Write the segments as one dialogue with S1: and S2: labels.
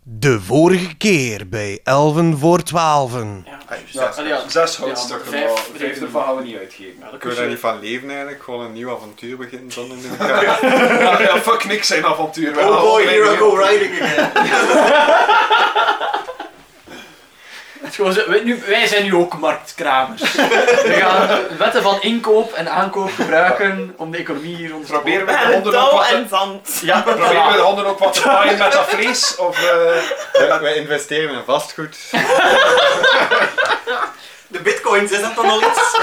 S1: De vorige keer bij 11 voor 12.
S2: Ja, 6 houtstukken, maar 5 ervan gaan we niet uitgeven.
S3: Ik wil daar niet van leven eigenlijk, gewoon een nieuw avontuur beginnen zonder in elkaar.
S2: Ja, fuck niks zijn avontuur.
S4: Oh boy, here I go riding again.
S5: Wij zijn nu ook marktkramers. We gaan wetten van inkoop en aankoop gebruiken om de economie hier onder te
S2: Proberen we
S6: Met
S2: de
S6: een
S2: honden ook
S6: touw
S2: wat
S6: en
S2: te...
S6: zand.
S5: Ja,
S2: Proberen we de honden ook wat te paaien met dat vlees? Of...
S3: Wij investeren in vastgoed.
S4: De bitcoins, is dat dan nog iets?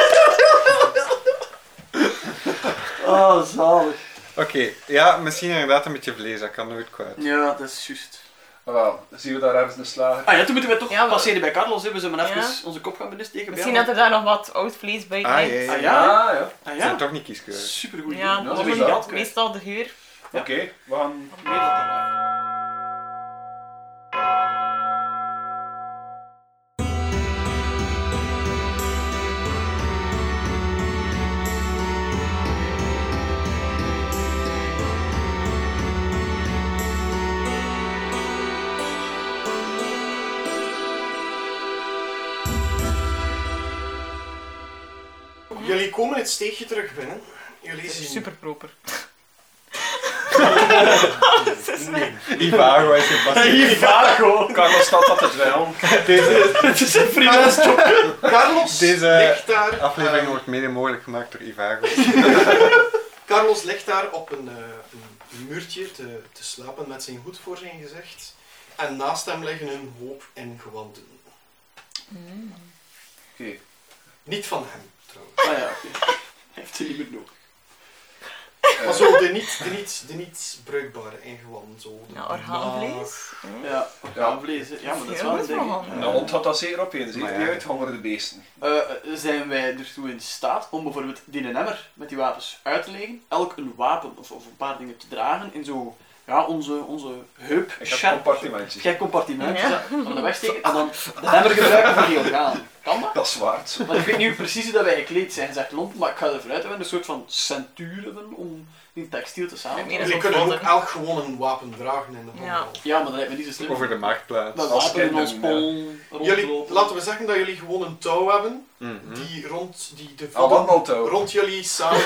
S5: Oh, zalig.
S3: Oké, ja, misschien inderdaad een beetje vlees, dat kan nooit kwaad.
S5: Ja, dat is juist.
S2: Wel, zien we daar ergens de slager?
S5: Ah ja, toen moeten we toch
S6: Ja, maar-
S5: passeren bij Carlos. Hè. We zullen maar even
S6: Ja.
S5: onze kop gaan binnensteken.
S6: Misschien dat er daar nog wat oud vlees bij
S3: Ah,
S6: ligt.
S3: ja, ja.
S5: Ah ja?
S2: Ah, ja.
S5: Ah
S3: Ze
S5: ja?
S3: zijn toch niet kieskeurig.
S5: Supergoed.
S6: Ja,
S2: dat
S6: dat
S2: is
S6: is
S2: dat.
S6: meestal de geur.
S2: Oké, we gaan...
S4: Jullie komen het steegje terug binnen. Jullie zien...
S6: Super proper.
S4: Nee.
S3: Ivago is je
S5: Ivago!
S2: Carlos staat dat te dweilen.
S5: Het is een freelance job.
S4: Carlos
S3: Deze
S4: ligt daar...
S3: aflevering wordt mede mogelijk gemaakt door Ivago.
S4: Carlos ligt daar op een muurtje te slapen met zijn hoed voor zijn gezicht. En naast hem liggen een hoop ingewanden.
S2: Oké.
S4: Niet van hem, trouwens.
S5: Ah ja, oké. Hij heeft ze niet meer nodig.
S4: Maar zo de niet bruikbare ingewanden. Zo de
S6: Ja, orgaanvlees.
S5: Ja, orgaanvlees. Hè. Ja, maar dat is wel een ding.
S2: Een hond had dat zeker opeten,
S3: Maar
S2: zeker
S3: ja.
S2: die uithongerde beesten.
S5: Zijn wij ertoe in staat om bijvoorbeeld die emmer met die wapens uit te leggen, elk een wapen of een paar dingen te dragen in zo, ja, onze heup,
S2: Ik heb compartimentjes.
S5: Jij compartimentjes
S6: Ja.
S5: aan de weg steken en dan de emmer gebruiken voor die orgaan. Kan dat?
S2: Dat is waard.
S5: Want ik weet niet precies hoe dat wij gekleed zijn, gezegd lomp, maar ik ga ervan uit dat we een soort van centuur hebben om die textiel te samen.
S6: Ja,
S4: Jullie kunnen ook elk gewoon een wapen dragen in de
S6: Ja.
S4: handel.
S5: Ja, maar dat lijkt me niet zo slim.
S3: Over de marktplaats.
S5: Dat
S2: als
S5: wapen in ons
S2: kinderen,
S5: pol
S4: Jullie,
S5: rondlopen.
S4: laten we zeggen dat jullie gewoon een touw hebben
S3: Mhm.
S4: die de
S2: Al wandeltouw.
S4: rond jullie samen...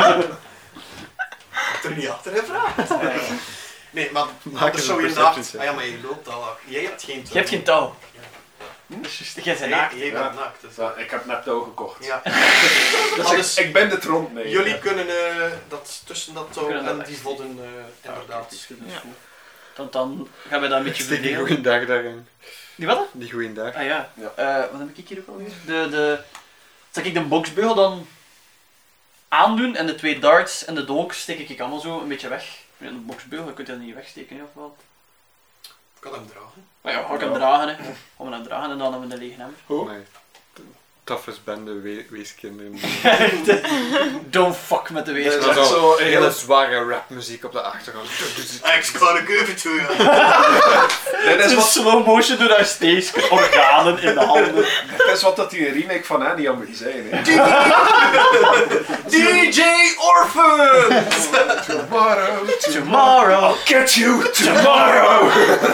S4: Ik heb er niet achter gevraagd. Nee, maar
S3: Maak
S4: anders
S3: eens
S4: zou
S3: een
S4: je naakt...
S3: perceptie
S4: Ah ja, maar je loopt al. Jij hebt geen touw.
S5: Je hebt geen touw.
S4: Ja.
S5: Dat is juist. Jij bent naakt.
S4: Jij bent naakt. Dus.
S2: Ja, ik heb net touw gekocht.
S4: Ja.
S2: Dus
S4: Dus
S2: ik ben de tromp mee.
S4: jullie kunnen dat tussen dat touw
S5: Kunnen dat
S4: en
S5: echt
S4: die
S5: zien.
S4: vodden inderdaad...
S5: Ja. Dan gaan we dat een beetje
S3: Steek die
S5: verdelen.
S3: goeie dag daarin.
S5: Die wat?
S3: Die goeie dag.
S5: Ah ja.
S2: Ja.
S5: Wat heb ik hier ook alweer? Zal ik de boksbeugel dan aandoen en de 2 darts en de dolk steek ik allemaal zo een beetje weg. Ja, de boksbeugel kun je dat niet wegsteken, hè, of wel?
S4: Ik kan hem dragen.
S5: Maar ja, ga ik hem dragen, hè. Gaan we hem dragen en dan hebben we een lege emmer.
S3: Nee. Toughest bende weeskinderen.
S5: Don't fuck met de
S2: Dat
S5: wezen.
S2: is echt zo een
S3: hele
S2: hele...
S3: zware rapmuziek op de achtergrond.
S4: X gonna give it to you.
S2: Dit is
S5: In
S2: wat,
S5: slow motion door haar steeds organen in de handen.
S2: dit is wat dat die een remake van Annie moet zijn. Hè.
S4: DJ Orphan!
S5: Tomorrow.
S2: Get you tomorrow!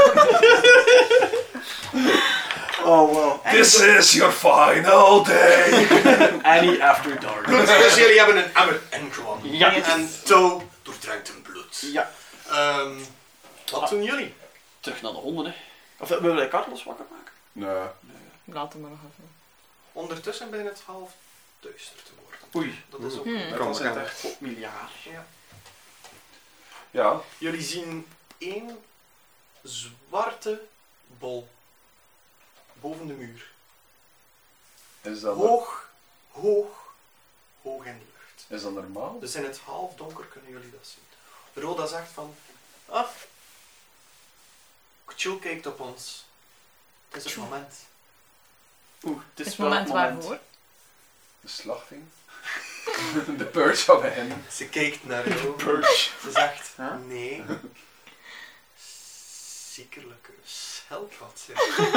S5: Oh wow.
S2: This is your final day!
S5: Annie After Dark.
S4: Goed, dus jullie hebben een emmer ingewanden.
S5: Ja.
S4: En touw doordrenkt in bloed.
S5: Ja.
S4: Wat doen jullie?
S5: Terug naar de honden, hè. Of willen wij Carlos wakker maken?
S2: Nee.
S6: Laten we nog even.
S4: Ondertussen begint het half duister te worden.
S5: Oei.
S4: Dat is ook...
S3: Kom,
S2: Dat is
S3: kom.
S2: echt...
S5: Op miljard.
S4: Ja.
S2: Ja.
S4: Jullie zien één zwarte bol boven de muur.
S2: Is dat,
S4: Hoog in de lucht.
S2: is dat normaal?
S4: Dus in het halfdonker kunnen jullie dat zien. Roda zegt van... Ah, Kutjul kijkt op ons. Het is het moment.
S5: Oeh, het
S6: Is
S5: is
S6: het moment
S5: wel het
S6: waarvoor?
S2: De slachting? De purge van hem.
S4: Ze kijkt naar jou.
S2: Purge.
S4: Ze zegt...
S5: Huh?
S4: Nee. Zekerlijke schelpad.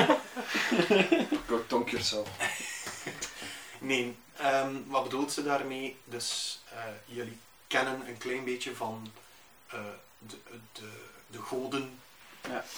S2: Go tonk yourself.
S4: Nee, wat bedoelt ze daarmee? Dus jullie kennen een klein beetje van de goden
S5: Ja.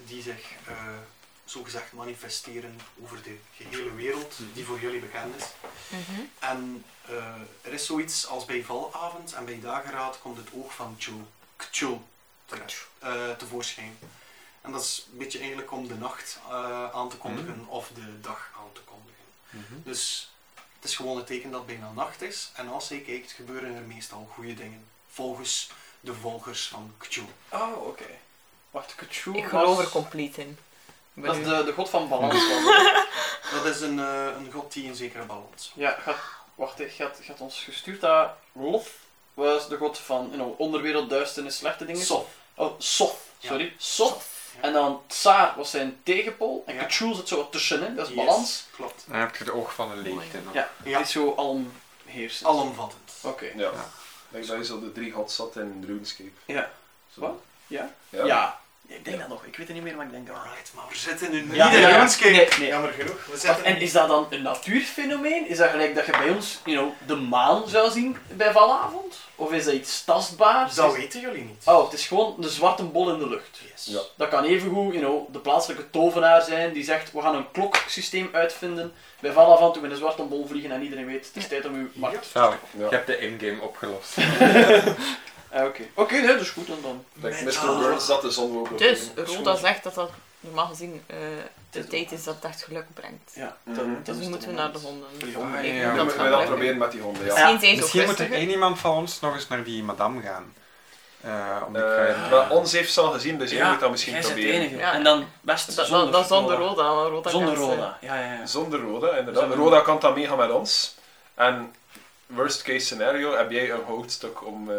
S4: die zich zogezegd manifesteren over de gehele wereld, die voor jullie bekend is. En er is zoiets als bij valavond en bij dageraad komt het oog van K'chul tevoorschijn. En dat is een beetje eigenlijk om de nacht aan te kondigen of de dag aan te kondigen. Dus het is gewoon het teken dat het bijna nacht is en als hij kijkt gebeuren er meestal goede dingen. Volgens de volgers van K'chul.
S5: Oh, oké. Wacht, K'chul
S6: Ik geloof er compleet in.
S5: Dat is de god van balans. Was.
S4: Dat is een god die een zekere balans.
S5: Ja, gaat ons gestuurd dat Loth was de god van onderwereld, duisternis, slechte dingen.
S4: Soth.
S5: Oh, Soth. Sorry.
S4: Ja.
S5: Soth.
S4: Ja.
S5: En dan Tsar was zijn tegenpool. En
S4: Ja.
S5: K'chul zit zo wat tussenin, dat is
S4: Yes,
S5: balans.
S4: klopt.
S3: Dan heb je het oog van de leegte. nog.
S5: Ja,
S4: Ja.
S5: die is zo alomheersend.
S4: Alomvattend.
S5: Oké.
S2: Ja. Ik denk dat je zo de 3 gods zat in RuneScape.
S5: Ja.
S2: Zo.
S5: Wat? Ja?
S2: Ja.
S5: Ja. Ik denk dat nog. Ik weet het niet meer, maar ik denk dat.
S4: Alright, maar we zitten nu niet
S5: Ja,
S4: in
S5: ja, ja.
S4: RuneScape.
S5: Nee.
S4: Jammer genoeg. We
S5: Wacht,
S4: zitten
S5: en is dat dan een natuurfenomeen? Is dat gelijk dat je bij ons de maan zou zien bij valavond? Of is dat iets tastbaars?
S4: Dat weten jullie niet.
S5: Oh, het is gewoon de zwarte bol in de lucht.
S4: Yes.
S2: Ja.
S5: Dat kan evengoed de plaatselijke tovenaar zijn die zegt we gaan een kloksysteem uitvinden bij valavond toen we een zwarte bol vliegen en iedereen weet het is tijd om uw macht.
S3: Zalig.
S2: Ja.
S3: Je hebt de in-game opgelost.
S5: Oké, nee, dat is goed en dan.
S2: Ik denk Mr. Burns dat de zon ook
S6: Dus
S2: op-
S6: Roda zegt dat dat normaal gezien de tijd is dat het echt geluk brengt.
S5: Ja,
S2: Mhm.
S5: dat
S6: Dus
S5: is
S6: nu
S5: het
S6: moeten we
S5: moment.
S6: naar de honden.
S5: Voor die honden.
S3: Ah,
S6: Ik
S3: ja.
S6: denk
S2: We
S6: dat
S2: moeten
S6: gaat
S2: dat
S6: lukken.
S2: proberen met die honden, ja.
S6: Misschien zijn ze ook
S3: Misschien moet er
S6: rustiger.
S3: één iemand van ons nog eens naar die madame gaan. Om die kruiden.
S2: Maar ons heeft ze al gezien, dus jij moet dat misschien
S5: jij bent de
S2: proberen.
S5: enige.
S6: Ja.
S5: En dan best
S6: Dat
S5: zonder
S6: is zonder Roda. Want Roda
S5: Zonder
S6: kan ze-
S5: Roda, ja.
S2: Zonder Roda, inderdaad.
S5: Zonder-
S2: Roda kan dan meegaan met ons. En worst case scenario heb jij een houtstok om...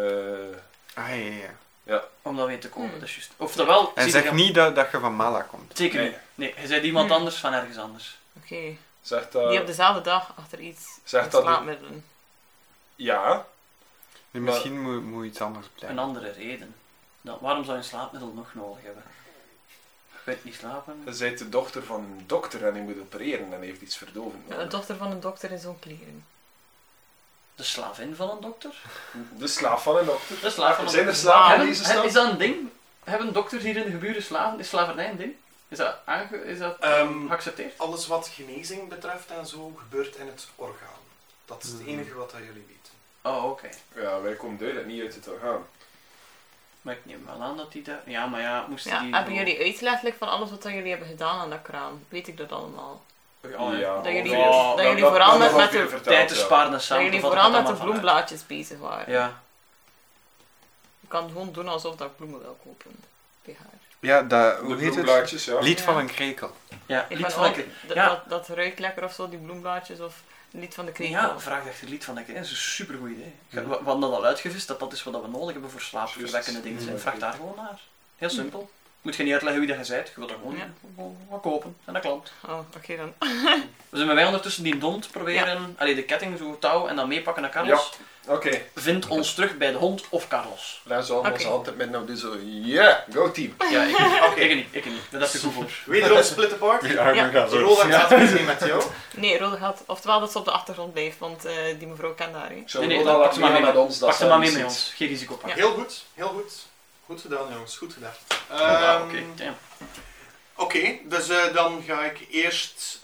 S3: ja.
S5: Om dat weer te komen, dat is juist. Oftewel,
S3: En
S5: zie
S3: zeg
S5: je-
S3: niet dat je van Mala komt.
S5: Zeker
S2: Nee.
S5: niet. Nee, je bent iemand anders van ergens anders.
S6: Oké.
S2: Zegt
S6: Die op
S2: dat...
S6: dezelfde dag achter iets
S2: Zegt
S6: met
S2: dat...
S6: slaapmiddelen.
S2: Ja.
S3: Nu, misschien moet iets anders
S5: Een
S3: blijven.
S5: andere reden. Waarom zou je een slaapmiddel nog nodig hebben? Je kunt niet slapen.
S2: Je bent de dochter van een dokter en die moet opereren en heeft iets verdoven.
S6: De dochter van een dokter in zo'n kleren.
S5: De slavin van een dokter?
S2: De slaaf van een dokter.
S5: De slaaf van een
S2: Zijn er
S5: dokter.
S2: slaven in
S5: Hebben-
S2: deze stad?
S5: Is dat een ding? Hebben dokters hier in de geburen slaven? Is slavernij een ding? Is dat geaccepteerd?
S4: Alles wat genezing betreft en zo gebeurt in het orgaan. Dat is het enige wat dat jullie weten.
S5: Oh, oké.
S2: Ja, wij komen duidelijk niet uit het orgaan.
S5: Maar ik neem wel aan dat die daar... Ja, maar ja, moesten
S6: Ja,
S5: die...
S6: hebben jullie uitleg van alles wat dat jullie hebben gedaan aan dat kraan? Weet ik dat allemaal?
S2: Ja,
S6: Dat jullie-
S2: ongeveer.
S6: dat jullie vooral met
S2: ongeveer
S6: de
S2: verteld,
S5: Tijd te
S2: ja.
S5: sparen en
S6: Dat
S5: samen
S6: jullie
S5: te vatten
S6: vooral
S5: wat
S6: met de
S5: dat allemaal
S6: bloemblaadjes bezig waren.
S5: vanuit. Ja.
S6: Je kan gewoon doen alsof dat ik bloemen wil kopen. Bij haar.
S3: Ja,
S2: De
S3: hoe heet het?
S2: bloemblaadjes, ja.
S3: Lied
S6: Ja.
S3: van een krekel.
S5: Ja,
S6: Ik
S5: lied
S6: ben
S5: van
S6: ook,
S5: de...
S6: dat,
S5: Ja.
S6: dat ruikt lekker of zo, die bloemblaadjes, of lied van de krekel.
S5: Ja, vraag echt het lied van de keer. Dat is een supergoed idee. We hadden dat al uitgevist, dat is wat we nodig hebben voor slaapverwekkende dingen.
S3: Juist.
S5: Vraag daar gewoon naar. Heel simpel. Moet je niet uitleggen wie dat je bent, je wilt er gewoon
S6: Ja.
S5: wat kopen. En dat klopt.
S6: Oh, oké dan.
S5: We zijn wij ondertussen die hond proberen, de ketting, zo touw, en dan meepakken naar Carlos.
S2: Oké.
S5: Vind ons terug bij de hond of Carlos.
S2: Laten we allemaal
S6: Oké.
S2: onze hand op met nou doen zo. Yeah, go team.
S5: Ja,
S4: Oké.
S5: ik niet. Dat heb je goed voor.
S4: Wederom split apart.
S6: Ja.
S4: Roda gaat mee met jou.
S6: Nee, Rode gaat. Oftewel dat ze op de achtergrond blijft, want die mevrouw kent haar. Hè.
S2: Zo,
S5: Nee, nee,
S2: Roda
S5: pak
S2: laat
S5: ze maar
S2: mee
S5: mee
S2: met ons. dat
S5: Pak ze
S2: zal
S5: maar mee
S2: niet
S5: met
S2: zien.
S5: ons. Geen risico pakken.
S4: Heel goed, heel goed. Goed gedaan jongens, goed gedaan.
S5: Oké, damn.
S4: Oké, dus dan ga ik eerst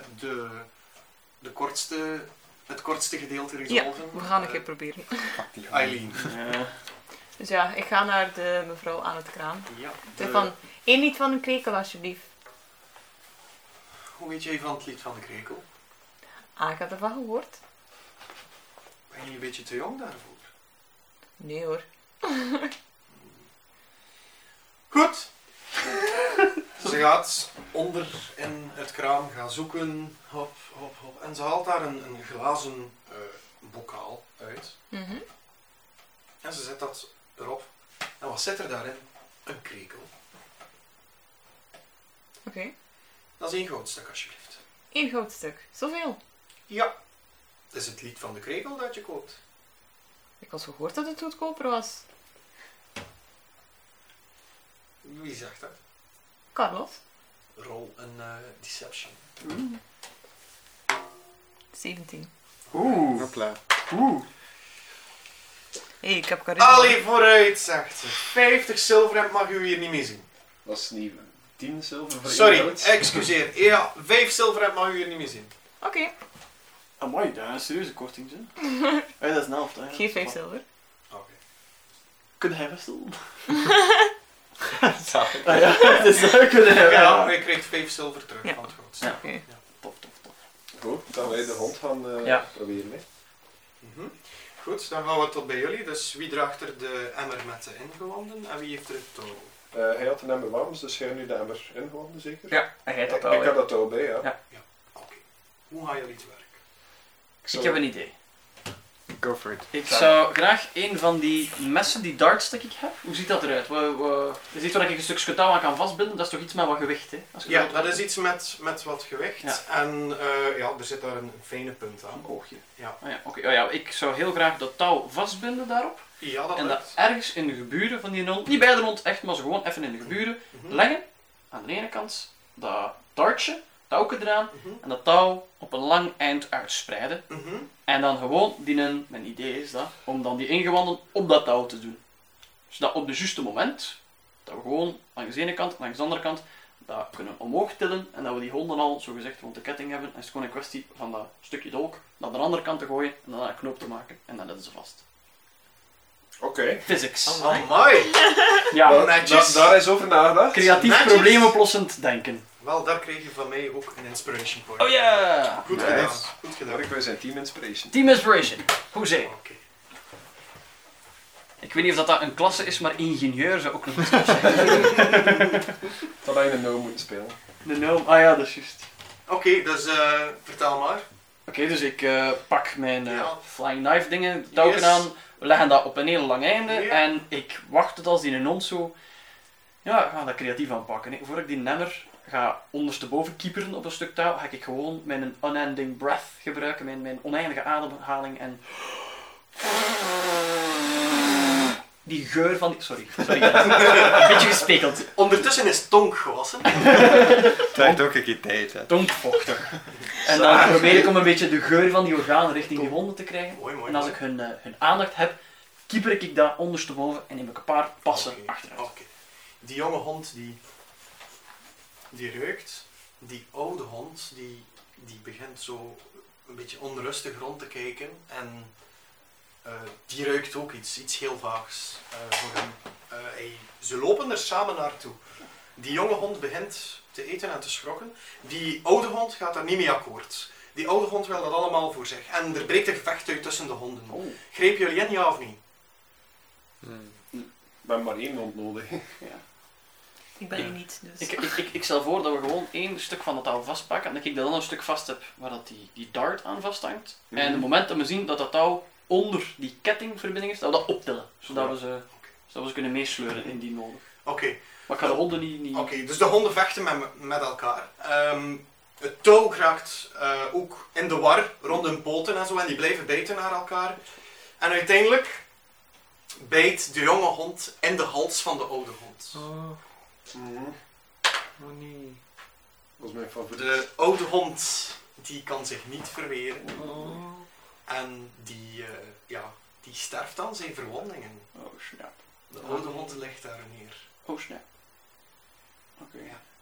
S4: het kortste gedeelte
S6: Ja,
S4: resolven.
S6: we gaan een keer proberen.
S4: Eileen.
S6: Dus ja, ik ga naar de mevrouw aan het kraan.
S4: Ja.
S6: Zeg van, één lied van een krekel alsjeblieft.
S4: Hoe weet jij van het lied van de krekel?
S6: Ah, ik heb ervan gehoord.
S4: Ben je een beetje te jong daarvoor?
S6: Nee hoor.
S4: Goed. Ze gaat onder in het kraam gaan zoeken. Hop, hop, hop. En ze haalt daar een glazen bokaal uit.
S6: Mhm.
S4: En ze zet dat erop. En wat zit er daarin? Een krekel.
S6: Oké.
S4: Dat is 1 goudstuk alsjeblieft.
S6: 1 goudstuk. Zoveel.
S4: Ja. Dat is het lied van de krekel dat je koopt.
S6: Ik had gehoord dat het goedkoper was.
S4: Wie zegt dat?
S6: Carlos.
S4: Rol een deception.
S6: 17.
S3: Hopla.
S6: Hé, ik heb charisma.
S4: Allee, vooruit, zegt ze. 50 zilver en mag u hier niet mee zien.
S2: Dat is niet 10 zilver voor
S4: Sorry,
S2: één goud.
S4: excuseer. Ja, 5 zilver en mag u hier niet meer zien.
S6: Oké,
S5: Amai, dat is een serieuze korting, hè? Ja, dat is een helft, hè?
S6: geef 5 zilver.
S4: Oké.
S5: Kunnen hij wisselen?
S3: Zalig.
S5: Ah ja, dus kunnen hij
S4: Ja, hij krijgt 5 zilver terug
S6: Ja.
S4: van het goud.
S5: Ja.
S6: Oké.
S5: Tof.
S2: Goed, dan wij de hond gaan
S5: Ja.
S2: proberen. Hè.
S4: Mhm. Goed, dan gaan we tot bij jullie. Dus wie draagt er de emmer met de ingewanden en wie heeft er het touw?
S2: Hij had een emmer warms, dus jij nu de emmer ingewanden zeker?
S5: Ja, en jij dat
S2: Ik
S5: wel,
S2: heb
S5: hè?
S2: dat touw bij, ja.
S5: Ja.
S4: Oké. Hoe gaan jullie te werk?
S5: Ik heb een idee.
S3: Go for it.
S5: Ik zou graag een van die messen, die darts dat ik heb, hoe ziet dat eruit? Is iets waar ik een stukje touw aan kan vastbinden? Dat is toch iets met wat gewicht, hè? Als je
S4: Ja, dat is iets met wat gewicht.
S5: Ja.
S4: En ja, er zit daar een fijne punt aan.
S5: Een oogje.
S4: Ja.
S5: Ah ja, oké. Oh ja, ik zou heel graag dat touw vastbinden daarop.
S4: Ja, dat
S5: En dat
S4: lukt.
S5: ergens in de geburen van die hond, niet bij de hond echt, maar zo gewoon even in de geburen,
S4: Mhm.
S5: leggen. Aan de ene kant dat dartje, touwke eraan,
S4: Mhm.
S5: en dat touw op een lang eind uitspreiden.
S4: Mhm.
S5: En dan gewoon mijn idee is dat, om dan die ingewanden op dat touw te doen. Zodat op het juiste moment, dat we gewoon langs de ene kant en langs de andere kant, dat kunnen omhoog tillen en dat we die honden al zogezegd rond de ketting hebben. En het is gewoon een kwestie van dat stukje dolk naar de andere kant te gooien en dan een knoop te maken en dan zitten ze vast.
S2: Oké.
S5: Physics.
S4: Amai!
S5: Ja,
S4: Wel, netjes.
S2: Daar is over nagedacht.
S5: creatief
S4: Netjes.
S5: probleemoplossend denken.
S4: Wel, daar kreeg je van mij ook een inspiration point.
S5: Oh ja!
S4: Goed
S2: Nice.
S4: gedaan. Goed gedaan.
S2: Werk, wij zijn Team Inspiration.
S5: Team Inspiration. Hoezee.
S4: Oké.
S5: Ik weet niet of dat een klasse is, maar ingenieur zou ook nog eens zijn.
S2: Dat had je een no moeten spelen.
S5: De gnome. Ah ja, dat is juist.
S4: Oké, dus vertel maar.
S5: Oké, dus ik pak mijn
S4: Ja.
S5: flying knife dingen, touwen
S4: Yes.
S5: aan, we leggen dat op een heel lang einde
S4: Ja.
S5: en ik wacht tot als die een hond zo... Ja, ik ga dat creatief aanpakken. Hè. Voor ik die nemmer ga ondersteboven kieperen op een stuk touw, ga ik gewoon mijn unending breath gebruiken, mijn oneindige ademhaling en... Die geur van die... Sorry. Een beetje gespekeld.
S4: Ondertussen is Tonk gewassen.
S3: Het heeft ook een keer tijd, hè.
S5: Donkvochtig. En dan probeer ik om een beetje de geur van die organen richting die honden te krijgen.
S4: Mooi, mooi.
S5: En als ik hun aandacht heb, kieper ik daar ondersteboven en neem ik een paar passen
S4: Oké,
S5: achteruit.
S4: oké. Die jonge hond die ruikt. Die oude hond die begint zo een beetje onrustig rond te kijken. En die ruikt ook iets heel vaags voor hem. Ze lopen er samen naartoe. Die jonge hond begint te eten en te schrokken. Die oude hond gaat daar niet mee akkoord. Die oude hond wil dat allemaal voor zich. En er breekt een gevecht uit tussen de honden.
S5: Oh.
S4: Greep jullie in, ja of niet?
S2: We hebben maar één hond nodig.
S6: Ik ben hier niet, dus...
S5: Ik stel voor dat we gewoon één stuk van dat touw vastpakken en dat ik dan een stuk vast heb waar dat die dart aan vasthangt. En op het moment dat we zien dat dat touw onder die kettingverbinding is, dat we dat optillen. Zodat we ze kunnen meesleuren indien nodig.
S4: Oké.
S5: Maar ik ga de honden niet...
S4: Oké, dus de honden vechten met elkaar. Het touw raakt ook in de war rond hun poten en zo en die blijven bijten naar elkaar. En uiteindelijk bijt de jonge hond in de hals van de oude hond.
S3: Oh nee.
S2: Dat is mijn favoriet.
S4: De oude hond die kan zich niet verweren en die sterft aan zijn verwondingen.
S5: Oh snap.
S4: De oude hond ligt daar neer.
S5: Oh snap. Oké.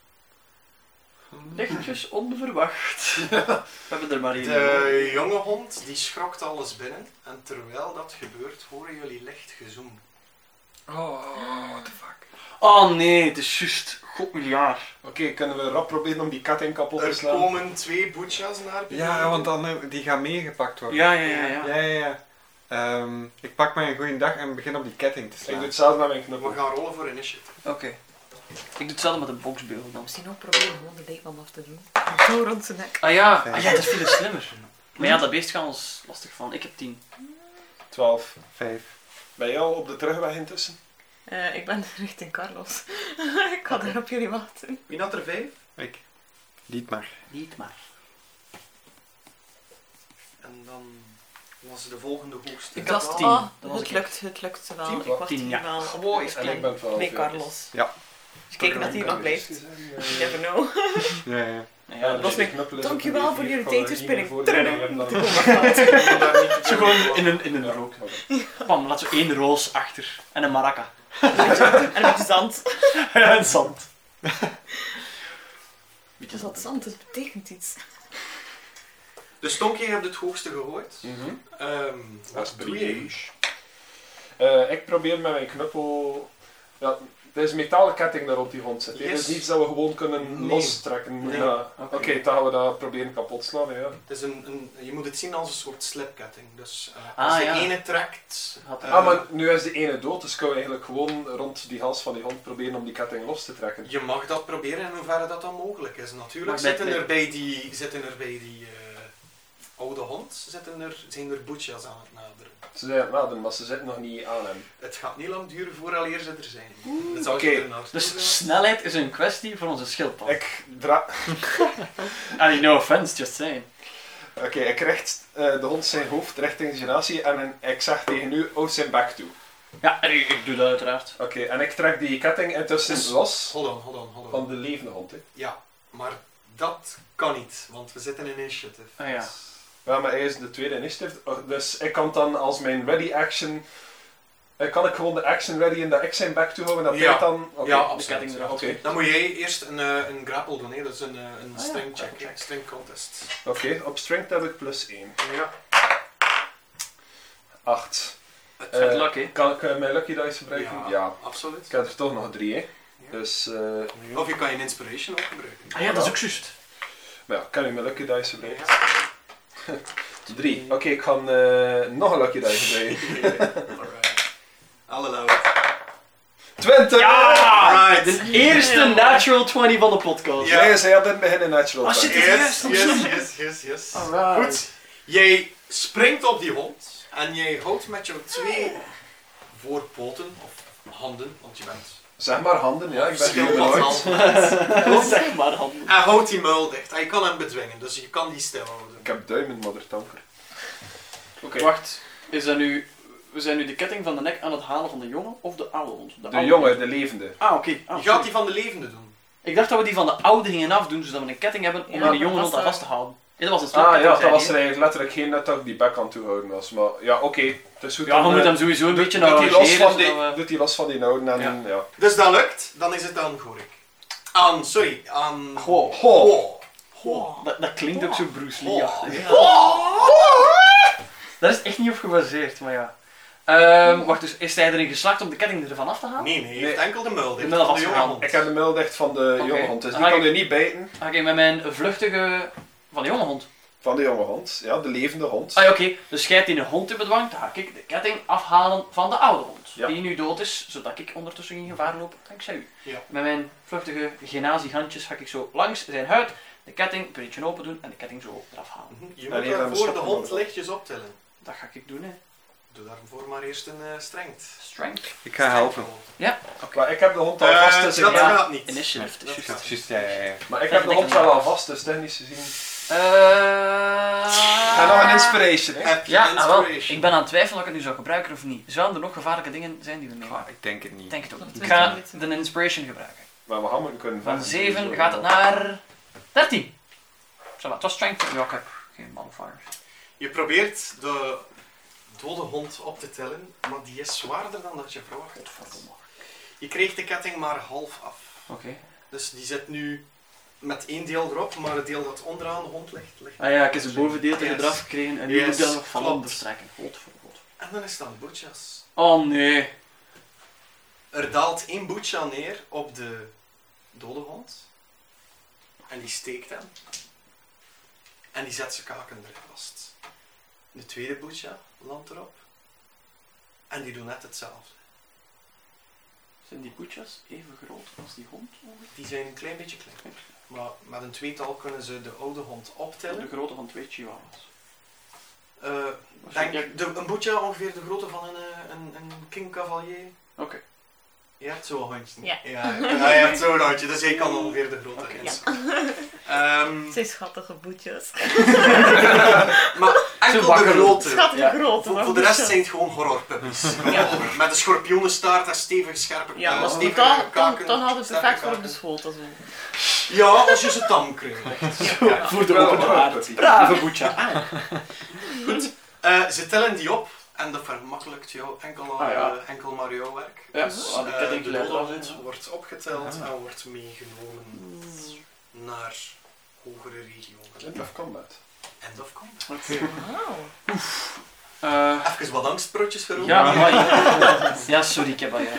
S5: Lichtjes onverwacht. We hebben er maar één.
S4: De jonge hond die schrokt alles binnen en terwijl dat gebeurt horen jullie licht gezoem.
S3: Oh, what the fuck.
S5: Oh nee, het is juist. God miljard.
S2: Oké, kunnen we rap proberen om die ketting kapot te
S4: Er
S2: slaan?
S4: komen 2 boetjas naar binnen.
S3: Ja, want dan, die gaan meegepakt worden.
S5: Ja.
S3: Ja. Ik pak mijn goeie dag en begin op die ketting te
S2: Ik
S3: slaan.
S2: doe hetzelfde met mijn
S4: We
S2: knuppel.
S4: gaan rollen voor initiative.
S5: Oké. Ik doe hetzelfde met een boxbeugel dan.
S6: Misschien ook proberen gewoon de dijkman af te doen. Zo rond zijn nek.
S5: Ah ja, dat is veel slimmer. Maar ja, dat beest gaan we ons lastig van. Ik heb 10.
S2: 12.
S3: 5.
S2: Ben je al op de terugweg intussen?
S6: Ik ben richting Carlos. Ik ga daar op jullie wachten.
S4: Wie had er 5?
S3: Ik. Niet maar.
S5: Niet maar.
S4: En dan was de volgende hoogste.
S5: Ik had 10.
S6: Oh,
S5: Dat was
S6: het
S5: ik.
S6: lukt wel.
S2: 10,
S6: Ik wacht
S5: 10,
S6: hier
S5: ja.
S6: wel op
S5: Gewoon
S6: jullie
S2: En ik ben 12.
S6: bij Carlos.
S3: Ja.
S6: Dus kijken dat hij hier nog blijft. You never know.
S3: Ja.
S5: Ja,
S6: was
S5: dus
S6: weer- Dankjewel voor jullie tijdverspilling.
S2: Voor
S5: zo gewoon in een rook. Pam, laat zo 1 roos achter. En een maraca.
S6: En een beetje zand.
S5: En zand.
S6: Beetje zat zand, het betekent iets.
S4: Dus Tonky, je hebt het hoogste gegooid. Wat doe je?
S2: Ik probeer met mijn knuppel... Ja, het is een metalen ketting daar op die hond zit. Het
S4: Yes.
S2: is niet dat we gewoon kunnen
S4: Nee.
S2: lostrekken.
S4: Nee.
S2: Ja.
S5: Oké.
S2: Oké, dan gaan we dat proberen kapot slaan. Ja.
S4: Het is je moet het zien als een soort slipketting. Dus
S5: Ah,
S4: als de
S5: ja.
S4: ene trekt...
S2: Maar nu is de ene dood, dus kunnen we eigenlijk gewoon rond die hals van die hond proberen om die ketting los te trekken.
S4: Je mag dat proberen in hoeverre dat dan mogelijk is. Natuurlijk
S5: Maar
S4: zitten er bij die oude hond zijn er boetjas aan het naderen.
S2: Ze zijn het naderen, maar ze zitten nog niet aan hem.
S4: Het gaat niet lang duren vooraleer ze er zijn. Dan zal
S2: Oké,
S4: je er naartoe gaan.
S5: Dus snelheid is een kwestie voor onze schildpad.
S2: Ik dra...
S5: No offense, just saying.
S2: Oké, ik richt de hond zijn hoofd richting de genatie en ik zeg tegen u, houd zijn bek toe.
S5: Ja, en ik doe dat uiteraard.
S2: Oké, en ik trek die ketting intussen
S4: Dus-
S2: los
S4: Hold on.
S2: van de levende hond. Hè.
S4: Ja, maar dat kan niet, want we zitten in initiative.
S5: Ah ja.
S2: Ja, maar hij is de tweede initiative, dus ik kan dan als mijn ready action... kan ik gewoon de action ready en dat ik zijn bek toehouden en dat
S4: Ja.
S2: hij dan... Oké.
S4: Ja,
S5: De
S4: absoluut.
S5: ketting eraf.
S2: Oké.
S4: Dan moet jij eerst een grapple doen, hè. Dat is een
S5: ja,
S4: string check,
S5: grapple check.
S4: string contest.
S2: Oké, op strength heb ik +1.
S4: Ja.
S2: 8.
S5: Met luck, hè.
S2: Kan ik mijn lucky dice gebruiken? Ja.
S4: Absoluut.
S2: Ik heb er toch nog 3, hè.
S4: Ja.
S2: Dus...
S4: Of je kan je inspiration ook gebruiken.
S5: Ah ja, dat is ook juist.
S2: maar ja, kan ik mijn lucky dice gebruiken?
S4: Ja.
S2: 3. Oké, ik ga nog een lucky dice gebruiken.
S4: Alright. Alle lauw.
S2: 20!
S5: Ja!
S4: Alright.
S5: De eerste natural 20 van de podcast.
S4: Ja.
S2: Nee, zij had in het begin een natural
S5: Ah, shit.
S2: 20.
S4: Yes.
S5: Alright.
S4: Goed. Jij springt op die hond en jij houdt met jouw 2 voorpoten, of handen, want je bent
S2: Zeg maar handen, ja, ik ben
S4: schildpad
S2: heel nooit.
S4: handen.
S5: Zeg maar, handen.
S4: En houdt die muil dicht. En je kan hem bedwingen, dus je kan die stil houden.
S2: Ik heb duimen, moddertanker. Oké.
S5: Wacht, is dat nu... We zijn nu de ketting van de nek aan het halen van de jongen of de oude hond?
S2: De
S5: oude
S2: jongen,
S5: hond.
S2: de levende.
S5: Ah, oké.
S4: Je gaat die van de levende doen.
S5: Ik dacht dat we die van de oude gingen afdoen, zodat we een ketting hebben om
S6: Ja,
S5: die jonge hond aan
S6: vast
S5: vast te houden. Ja, dat was een
S2: Ah
S5: slipketting,
S2: ja, dat
S5: zei
S2: was
S5: hij,
S2: er eigenlijk letterlijk geen nut dat ik die bek aan toehouden was. Maar ja, oké. Het is goed.
S5: hè. Ja, je
S2: dan,
S5: moet hem sowieso een beetje naar
S2: doet hij los
S5: arrangeren,
S2: van die,
S5: zodat we-
S2: doet hij los van die noden en ja.
S4: Dus dat lukt, dan is het aan Gorik. Aan...
S5: Goh.
S4: Goh.
S5: Dat klinkt ook zo Bruce Lee.
S4: Goh.
S5: Daar is echt niet op gebaseerd, maar ja. Wacht, dus is hij erin geslaagd om de ketting ervan af te halen?
S4: Nee, hij heeft enkel de muil dicht
S5: De muil
S4: van de
S5: vastgehaald.
S4: jonge hond.
S2: Ik heb de muil dicht van de
S5: Oké.
S2: jonge hond, dus
S5: Dan
S2: die
S5: ga
S2: kan
S5: ik-
S2: je niet bijten.
S5: Ga ik met mijn vluchtige... Van de jonge hond.
S2: Van de jonge hond, ja, de levende hond.
S5: Ah ja, oké. Dus jij hebt die een hond in bedwang, dan ga ik de ketting afhalen van de oude hond.
S2: Ja.
S5: Die nu dood is, zodat ik ondertussen in gevaar loop, dankzij u.
S4: Ja.
S5: Met mijn vluchtige genaziehandjes ga ik zo langs zijn huid, de ketting een beetje open doen en de ketting zo eraf halen.
S4: Je
S2: En
S4: moet
S2: hier hebben we
S4: daarvoor de
S2: stoppen
S4: hond
S2: nodig.
S4: lichtjes optillen.
S5: Dat ga ik doen, hè.
S4: Doe daarvoor maar eerst een strength.
S5: Strength.
S3: Ik ga helpen.
S2: Maar ik heb de hond al vast, dus
S4: dat
S2: ik,
S5: ja.
S4: gaat niet.
S5: Initiative.
S4: Dat
S5: dus
S4: gaat
S3: Juist, ja.
S2: maar ik heb de hond wel al vast, dus technisch gezien. Ga nog een inspiration, hè?
S4: Heb je
S5: Ja, ah, wel.
S4: inspiration?
S5: Ik ben aan het twijfelen of ik het nu zou gebruiken of niet. Zouden er nog gevaarlijke dingen zijn die we meemaken?
S3: Ik denk het niet.
S5: Ik denk het ook niet.
S6: Dat
S5: Ik
S6: weet
S5: ga
S6: ik niet.
S5: de inspiration gebruiken.
S2: Maar we gaan moeten kunnen
S5: Van
S2: vechten.
S5: 7 gaat het naar 13. Zo, het was strength. Ja, ik heb geen modifiers.
S4: Je probeert de dode hond op te tellen, maar die is zwaarder dan dat je verwacht.
S5: Godverdomme.
S4: Je kreeg de ketting maar half af.
S5: Oké.
S4: Dus die zit nu met 1 deel erop, maar het deel dat onderaan de hond ligt.
S5: Ah ja, ik heb een bovendeelte
S4: Yes.
S5: eraf gekregen en nu
S4: Yes,
S5: moet ik dat nog van
S4: klopt.
S5: onderstrekken. Godverdomme.
S4: En dan is het aan boetjas.
S5: Oh nee.
S4: Er daalt 1 boetja neer op de dode hond. En die steekt hem. En die zet zijn kaken erin vast. De tweede boetja landt erop. En die doet net hetzelfde.
S5: Zijn die poetjas even groot als die hond?
S4: Die zijn een klein beetje klein. Maar met een tweetal kunnen ze de oude hond
S5: De
S4: optillen.
S5: grootte van 2 chihuahuas.
S4: Denk een boetja ongeveer de grootte van een King Cavalier.
S5: Oké.
S4: Je hebt zo'n hondje.
S6: Ja.
S4: Ja, je hebt zo'n hondje, dus hij kan ongeveer de grootte
S5: Oké.
S4: inschatten.
S6: Zijn schattige boetjes.
S4: Maar enkel de
S5: wakker.
S4: grote.
S6: Schattige
S5: Ja.
S6: grote.
S4: Voor,
S6: maar
S4: voor de rest
S6: boetjes.
S4: zijn het gewoon horrorpuppies. Met een schorpioenenstaart en stevig scherpe
S6: Ja, maar
S4: stevige
S6: dan
S4: kaken.
S6: hadden we
S4: sterke
S6: perfect voor op de
S4: kaken.
S6: schotel. Zo.
S4: Ja, als je ze tam krijgt.
S5: Voor de
S2: Wel,
S5: open
S2: wel,
S5: haard.
S2: puppy.
S5: Brave boetja.
S4: Goed. Ze tellen die op En dat vermakkelijkt jou enkel,
S5: ja.
S4: enkel maar jouw werk.
S5: Ja,
S4: Dus
S5: de ketting
S4: de
S5: glijdt
S4: dode
S5: af,
S4: hond
S5: hè.
S4: wordt opgeteld en wordt meegenomen naar hogere regionen.
S2: End of combat.
S4: End of combat.
S5: Oké.
S6: Wauw.
S4: Even wat angstprootjes geroepen.
S5: Ja, amai. Ja, sorry, ik heb dat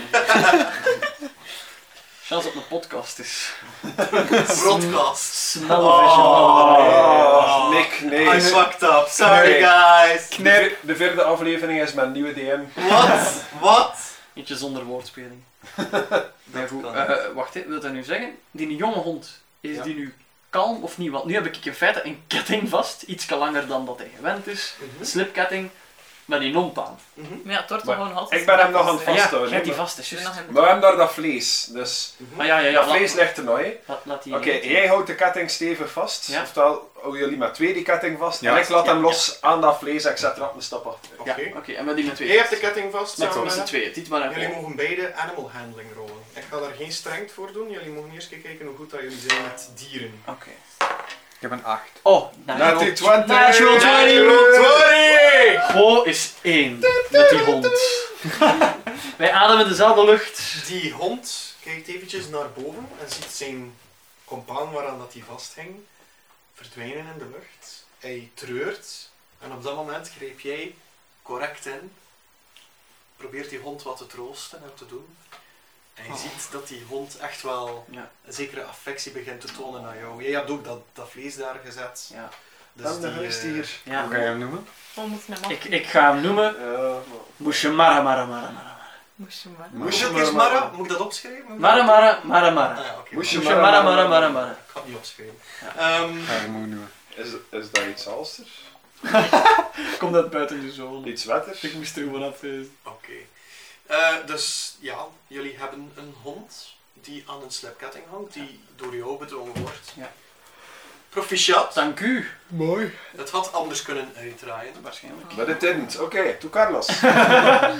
S5: Chance dat het een podcast is.
S4: Broadcast.
S5: Snelle visual.
S2: Nick, nee.
S4: I fucked up. Sorry
S2: Nee.
S4: guys.
S2: De vierde aflevering is mijn nieuwe DM.
S4: Wat?
S5: Eentje zonder woordspeling.
S4: Dat
S5: Nee, goed.
S4: kan.
S5: Wacht, wil dat nu zeggen? Die jonge hond, is
S4: Ja.
S5: die nu kalm of niet? Want nu heb ik in feite een ketting vast, iets langer dan dat hij gewend is. Een slipketting met die hond aan.
S6: Maar ja, het wordt
S2: Maar
S6: toch gewoon altijd...
S2: ik ben hem nog aan het
S5: Ah, ja,
S2: vasthouden.
S5: jij hebt die
S2: maar-
S5: vast, is juist.
S6: nog
S2: Maar we hebben daar dat vlees, dus
S5: Ah, ja,
S2: dat vlees ligt er nog, hè.
S5: Laat die
S2: Oké, jij houdt de ketting stevig vast,
S5: Ja.
S2: oftewel houden jullie met twee die ketting vast,
S3: Ja.
S2: en ik laat
S5: Ja.
S2: hem los aan dat vlees en ik zet er op een stap achter.
S4: Oké.
S5: Oké, en met die met twee.
S4: Jij hebt de ketting vast
S5: Met
S4: samen
S5: met z'n
S4: met
S5: tweeën, dit maar
S4: Jullie
S5: even.
S4: mogen beide animal handling rollen. Ik ga daar geen strength voor doen. Jullie mogen eerst kijken hoe goed dat jullie zijn met dieren.
S5: Oké.
S3: Ik heb een 8.
S5: Oh,
S2: Natural 20!
S5: Natural 20!
S4: Natural
S5: Go is 1 met die hond. Wij ademen dezelfde lucht.
S4: Die hond kijkt eventjes naar boven en ziet zijn compaan waaraan dat hij vasthing verdwijnen in de lucht. Hij treurt en op dat moment greep jij correct in. Probeert die hond wat te troosten en te doen. En je ziet dat die hond echt wel
S5: Ja.
S4: een zekere affectie begint te tonen naar jou. Jij hebt ook dat vlees daar gezet.
S5: Ja.
S4: Dus
S2: Dan de huisdier.
S5: Ja.
S3: Hoe ga je hem noemen?
S6: Oh, moet je hem
S5: Ik ga hem noemen
S2: Ja,
S5: Mushamara Mara Mara Mara.
S6: Moest je maar.
S4: Moest je het eens Mara? Moet ik dat opschrijven?
S5: Mara Mara Mara
S4: Ah,
S5: Mara.
S4: ja, oké.
S2: Moest je
S5: Mushamara Mara Mara Mara.
S4: Ik ga het niet opschrijven.
S5: Ja.
S3: Ga je hem ook noemen?
S2: is dat iets alster?
S5: Kom dat buiten je zone.
S2: Iets wetter?
S5: Ik moest er gewoon afwezen.
S4: Oké. Dus ja, jullie hebben een hond die aan een slepketting hangt, die door jou bedwongen wordt.
S5: Ja.
S4: Proficiat.
S5: Dank u.
S2: Mooi.
S4: Het had anders kunnen uitdraaien.
S5: Waarschijnlijk.
S2: But it didn't. Oké, to Carlos.
S5: Ah, ja.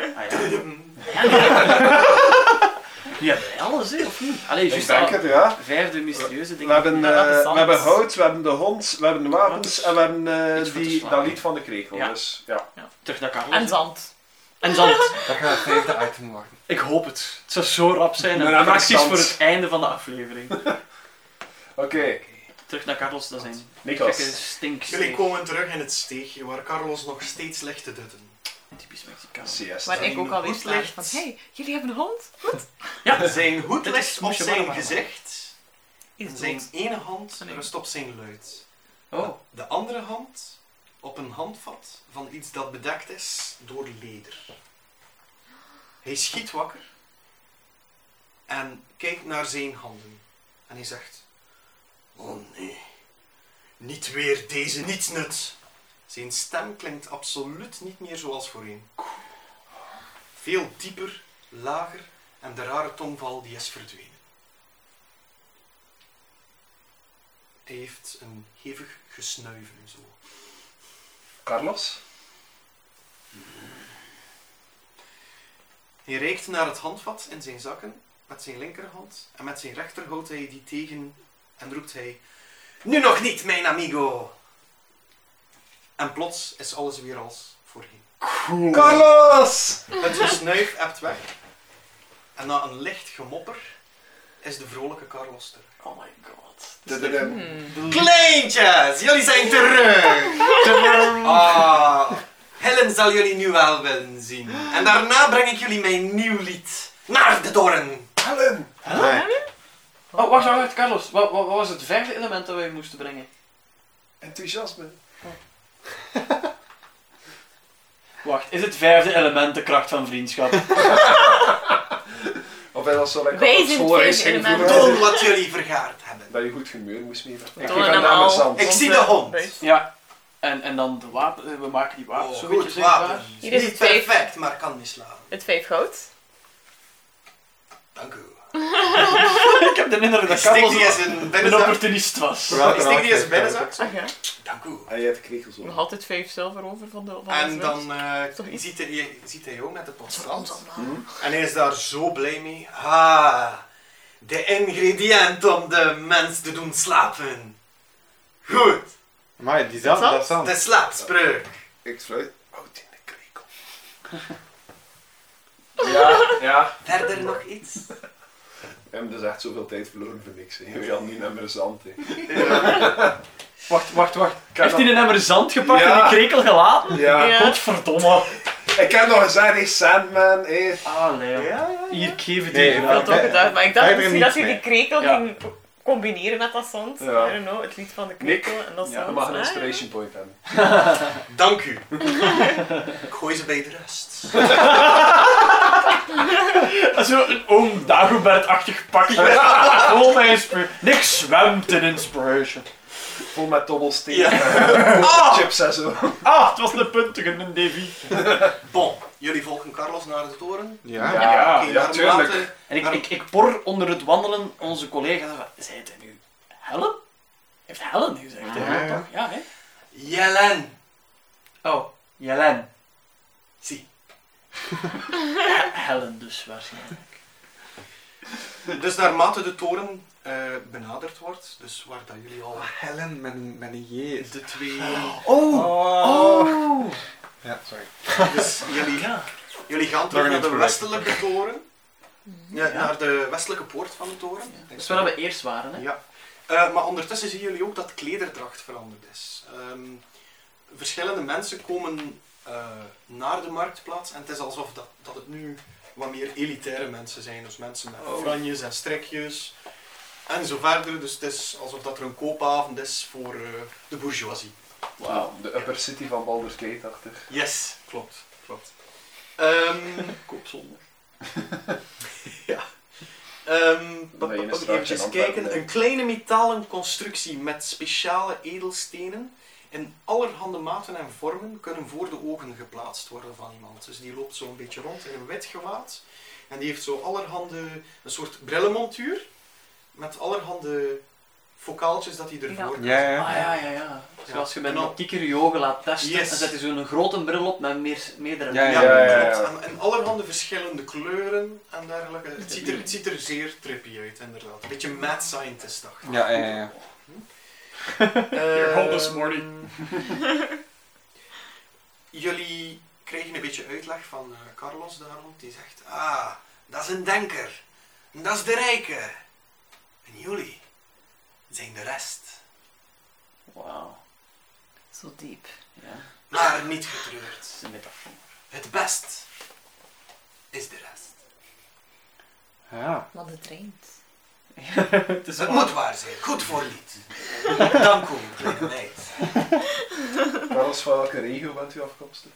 S5: Nu hebben wij alles, hè, of niet? Allee,
S2: Ik
S5: juist
S2: denk
S5: al
S2: het, ja.
S5: vijfde mysterieuze
S2: We
S5: dingen.
S2: hebben,
S6: Ja, dat is
S2: we hebben
S6: anders.
S2: hout, we hebben de hond, we hebben de wapens en we hebben
S5: Iets voor te
S2: dat
S5: slaan.
S2: lied van de krekel.
S5: Ja.
S2: Dus, ja.
S5: Terug naar Carlos.
S6: En zand.
S5: En zand.
S3: Dat gaat het vijfde item worden.
S5: Ik hoop het. Het zou zo rap zijn en
S2: Ja,
S5: praktisch
S2: zand.
S5: voor het einde van de aflevering.
S2: Oké,
S5: Terug naar Carlos, dat zijn
S2: Niklas.
S5: gekke stink.
S4: Jullie komen terug in het steegje waar Carlos nog steeds ligt te dutten.
S5: Typisch Mexicaan.
S2: CS.
S6: Waar ik ook alweer
S4: Goed
S6: sta
S4: ligt.
S6: van, hey, jullie hebben een hond?
S5: Ja,
S4: Zijn hoed
S5: Dit
S4: ligt
S5: is
S4: op
S5: Moesje
S4: zijn
S5: Marmara.
S4: gezicht
S6: Is
S4: en zijn
S6: dood.
S4: ene hand
S6: Nee.
S4: rust op zijn luid.
S5: Oh,
S4: De andere hand op een handvat van iets dat bedekt is door leder. Hij schiet wakker en kijkt naar zijn handen. En hij zegt: oh nee, niet weer deze nietsnut. Zijn stem klinkt absoluut niet meer zoals voorheen. Veel dieper, lager en de rare tongval die is verdwenen. Hij heeft een hevig gesnuiven zo.
S2: Carlos?
S4: Hij reikt naar het handvat in zijn zakken met zijn linkerhand en met zijn rechter houdt hij die tegen en roept hij: nu nog niet, mijn amigo! En plots is alles weer als voorheen.
S2: Carlos!
S4: Het gesnuif ebt weg en na een licht gemopper is de vrolijke Carlos terug.
S5: oh my god.
S4: Kleintjes, jullie zijn terug! Ah, Helen zal jullie nu wel willen zien. En daarna breng ik jullie mijn nieuw lied. Naar de doorn!
S2: Helen!
S3: Nee.
S5: Oh, wacht, Carlos. Wat was het vijfde element dat wij moesten brengen?
S2: Enthousiasme.
S5: Wacht, is het vijfde element de kracht van vriendschap?
S2: Of hij was zo lekker
S6: Wij
S2: op
S6: zijn
S2: school
S6: het
S2: is
S6: vijfde
S2: ging
S6: element.
S4: Toon wat jullie vergaard hebben.
S2: dat je goed gemeur moest mee. Ik
S6: Toon
S2: geef
S6: hem
S2: hem
S6: al.
S2: naar zand.
S4: Ik zie de hond.
S5: Ja. En dan de wapen. We maken die wapens
S4: Oh,
S5: zo
S4: goed
S5: beetje zichtbaar.
S4: wapen.
S6: Hier is
S4: Niet
S6: het vijf.
S4: perfect, maar kan mislaan.
S6: Het 5 goud.
S4: Dank u.
S5: Ik heb de indruk dat
S4: Ik steek
S5: Carlos
S4: die eens in
S5: een
S4: binnenzak.
S5: opportunist was.
S4: Ik steek die eens in binnenzak.
S6: Ach ja.
S4: Dank u.
S2: En je hebt de krekels
S6: Nog
S2: op.
S6: altijd 5 zilver over van de
S4: En dan
S6: Toch iets?
S4: ziet hij jou met het pot strand.
S2: Hm?
S4: En hij is daar zo blij mee. Ah, de ingrediënt om de mens te doen slapen. Goed,
S3: Maar die zand,
S6: Wat
S3: dat is zand.
S4: de slaapspreuk.
S2: Ik fluit. Houd in de krekel. Ja.
S4: Verder nog iets?
S2: We hebben dus echt zoveel tijd verloren voor niks. Hè. We hadden niet naar mijn zand. Hè.
S5: Wacht.
S2: heb
S5: Heeft
S2: nog-
S5: hij een emmer zand gepakt
S2: Ja.
S5: en die krekel gelaten?
S2: Ja.
S6: Ja.
S5: Godverdomme.
S2: Ik heb nog gezegd, hey, Sandman. Hey.
S5: Ah, Leo.
S4: Ja.
S5: Hier, ik geef het
S3: Nee,
S5: hier.
S6: Ik had ook gedacht, maar ik dacht
S3: verder
S6: misschien dat je
S3: niets
S6: die krekel
S5: Ja.
S6: ging combineren met dat zand.
S2: Ja.
S6: I don't know, het lied van de
S2: Nick,
S6: krekel en dat
S5: ja,
S6: zand.
S2: Je mag een
S6: Ah,
S2: inspiration point hebben.
S4: Dank u. Ik gooi ze bij de rust.
S5: Zo een oom Dagobert-achtig pakje. Vol met inspiration. Niks zwemt in inspiration.
S2: Vol met dobbelsteen.
S4: Ja.
S2: Chips en zo.
S5: Ah, het was een puntige, een DV.
S4: Bon, jullie volgen Carlos naar de toren.
S3: Ja.
S5: Ja,
S4: Oké,
S2: ja, tuurlijk.
S5: En ik por onder het wandelen onze collega. Zei het nu Helen? Heeft Helen gezegd, hè?
S3: Ja.
S5: Toch? Ja, hè?
S4: Jelen.
S5: Oh, Jelen.
S4: Zie.
S5: Helen dus, waarschijnlijk.
S4: Dus naarmate de toren benaderd wordt, dus waar dat jullie al
S3: Helen met een J.
S4: de twee...
S5: Oh!
S3: Ja, sorry.
S4: Dus jullie gaan terug
S3: Nog
S4: naar
S3: een
S4: de westelijke toren. Ja,
S5: Ja.
S4: naar de westelijke poort van de toren.
S5: Dat is waar we eerst waren, hè?
S4: Ja. Maar ondertussen zien jullie ook dat klederdracht veranderd is. Verschillende mensen komen naar de marktplaats en het is alsof dat het nu wat meer elitaire mensen zijn. Dus mensen met franjes en strekjes en zo verder. Dus het is alsof dat er een koopavond is voor de bourgeoisie.
S2: Wauw, de upper city van Baldur's Gate achter.
S4: Yes, klopt.
S5: Koopzonde.
S2: Ben je een straatje
S4: Even
S2: in Antwerpen,
S4: kijken.
S2: hè?
S4: Een kleine metalen constructie met speciale edelstenen in allerhande maten en vormen kunnen voor de ogen geplaatst worden van iemand. Dus die loopt zo een beetje rond in een wit gewaad en die heeft zo allerhande, een soort brillenmontuur met allerhande fokaaltjes dat hij ervoor
S3: Ja, ja.
S5: Ah, ja.
S4: Ja.
S5: Zoals je met
S4: En
S5: een
S4: dan-
S5: optieker je ogen laat testen,
S4: Yes.
S5: dan zet je zo'n grote bril op met meerdere
S3: Ja,
S4: Ja,
S2: ja.
S4: klopt. En allerhande verschillende kleuren en dergelijke. Het ziet er zeer trippy uit, inderdaad. Een beetje mad scientist-achtig.
S3: Ja.
S5: Your whole morning.
S4: Jullie kregen een beetje uitleg van Carlos daar rond. Die zegt, ah, dat is een denker. Dat is de rijke. En jullie zijn de rest.
S5: Wauw.
S6: Zo diep.
S5: Ja,
S4: Maar niet getreurd.
S5: dat is een metafoor.
S4: Het best is de rest.
S3: Ja.
S6: Want het regent.
S5: Het is
S4: Het
S5: waar.
S4: moet waar zijn. Goed voor lied. Dank u, kleine meid.
S2: Carlos, van welke regio bent u afkomstig?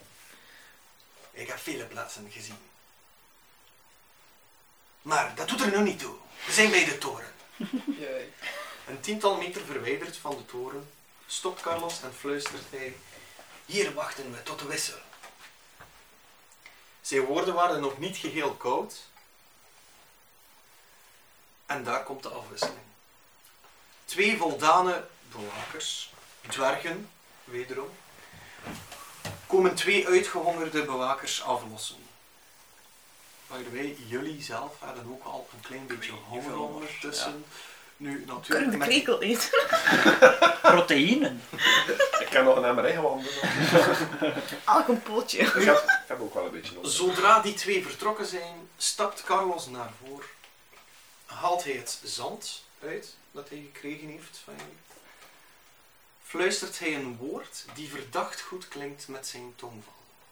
S4: Ik heb vele plaatsen gezien. Maar dat doet er nu niet toe. We zijn bij de toren. Een 10-tal meter verwijderd van de toren stopt Carlos en fluistert hij: hier wachten we tot de wissel. Zijn woorden waren nog niet geheel koud. En daar komt de afwisseling. 2 voldane bewakers, dwergen, wederom, komen 2 uitgehongerde bewakers aflossen. By the way, jullie zelf hadden ook al een klein beetje honger ondertussen. Nu
S6: Kunnen
S4: natuurlijk
S6: de
S4: met
S6: krekel eten?
S5: Proteïnen.
S2: Ik heb nog een emmer ingewandeld.
S6: Elk een pootje.
S2: Ik heb ook wel een beetje nodig.
S4: Zodra die 2 vertrokken zijn, stapt Carlos naar voren, haalt hij het zand uit dat hij gekregen heeft van jullie, fluistert hij een woord die verdacht goed klinkt met zijn tongval.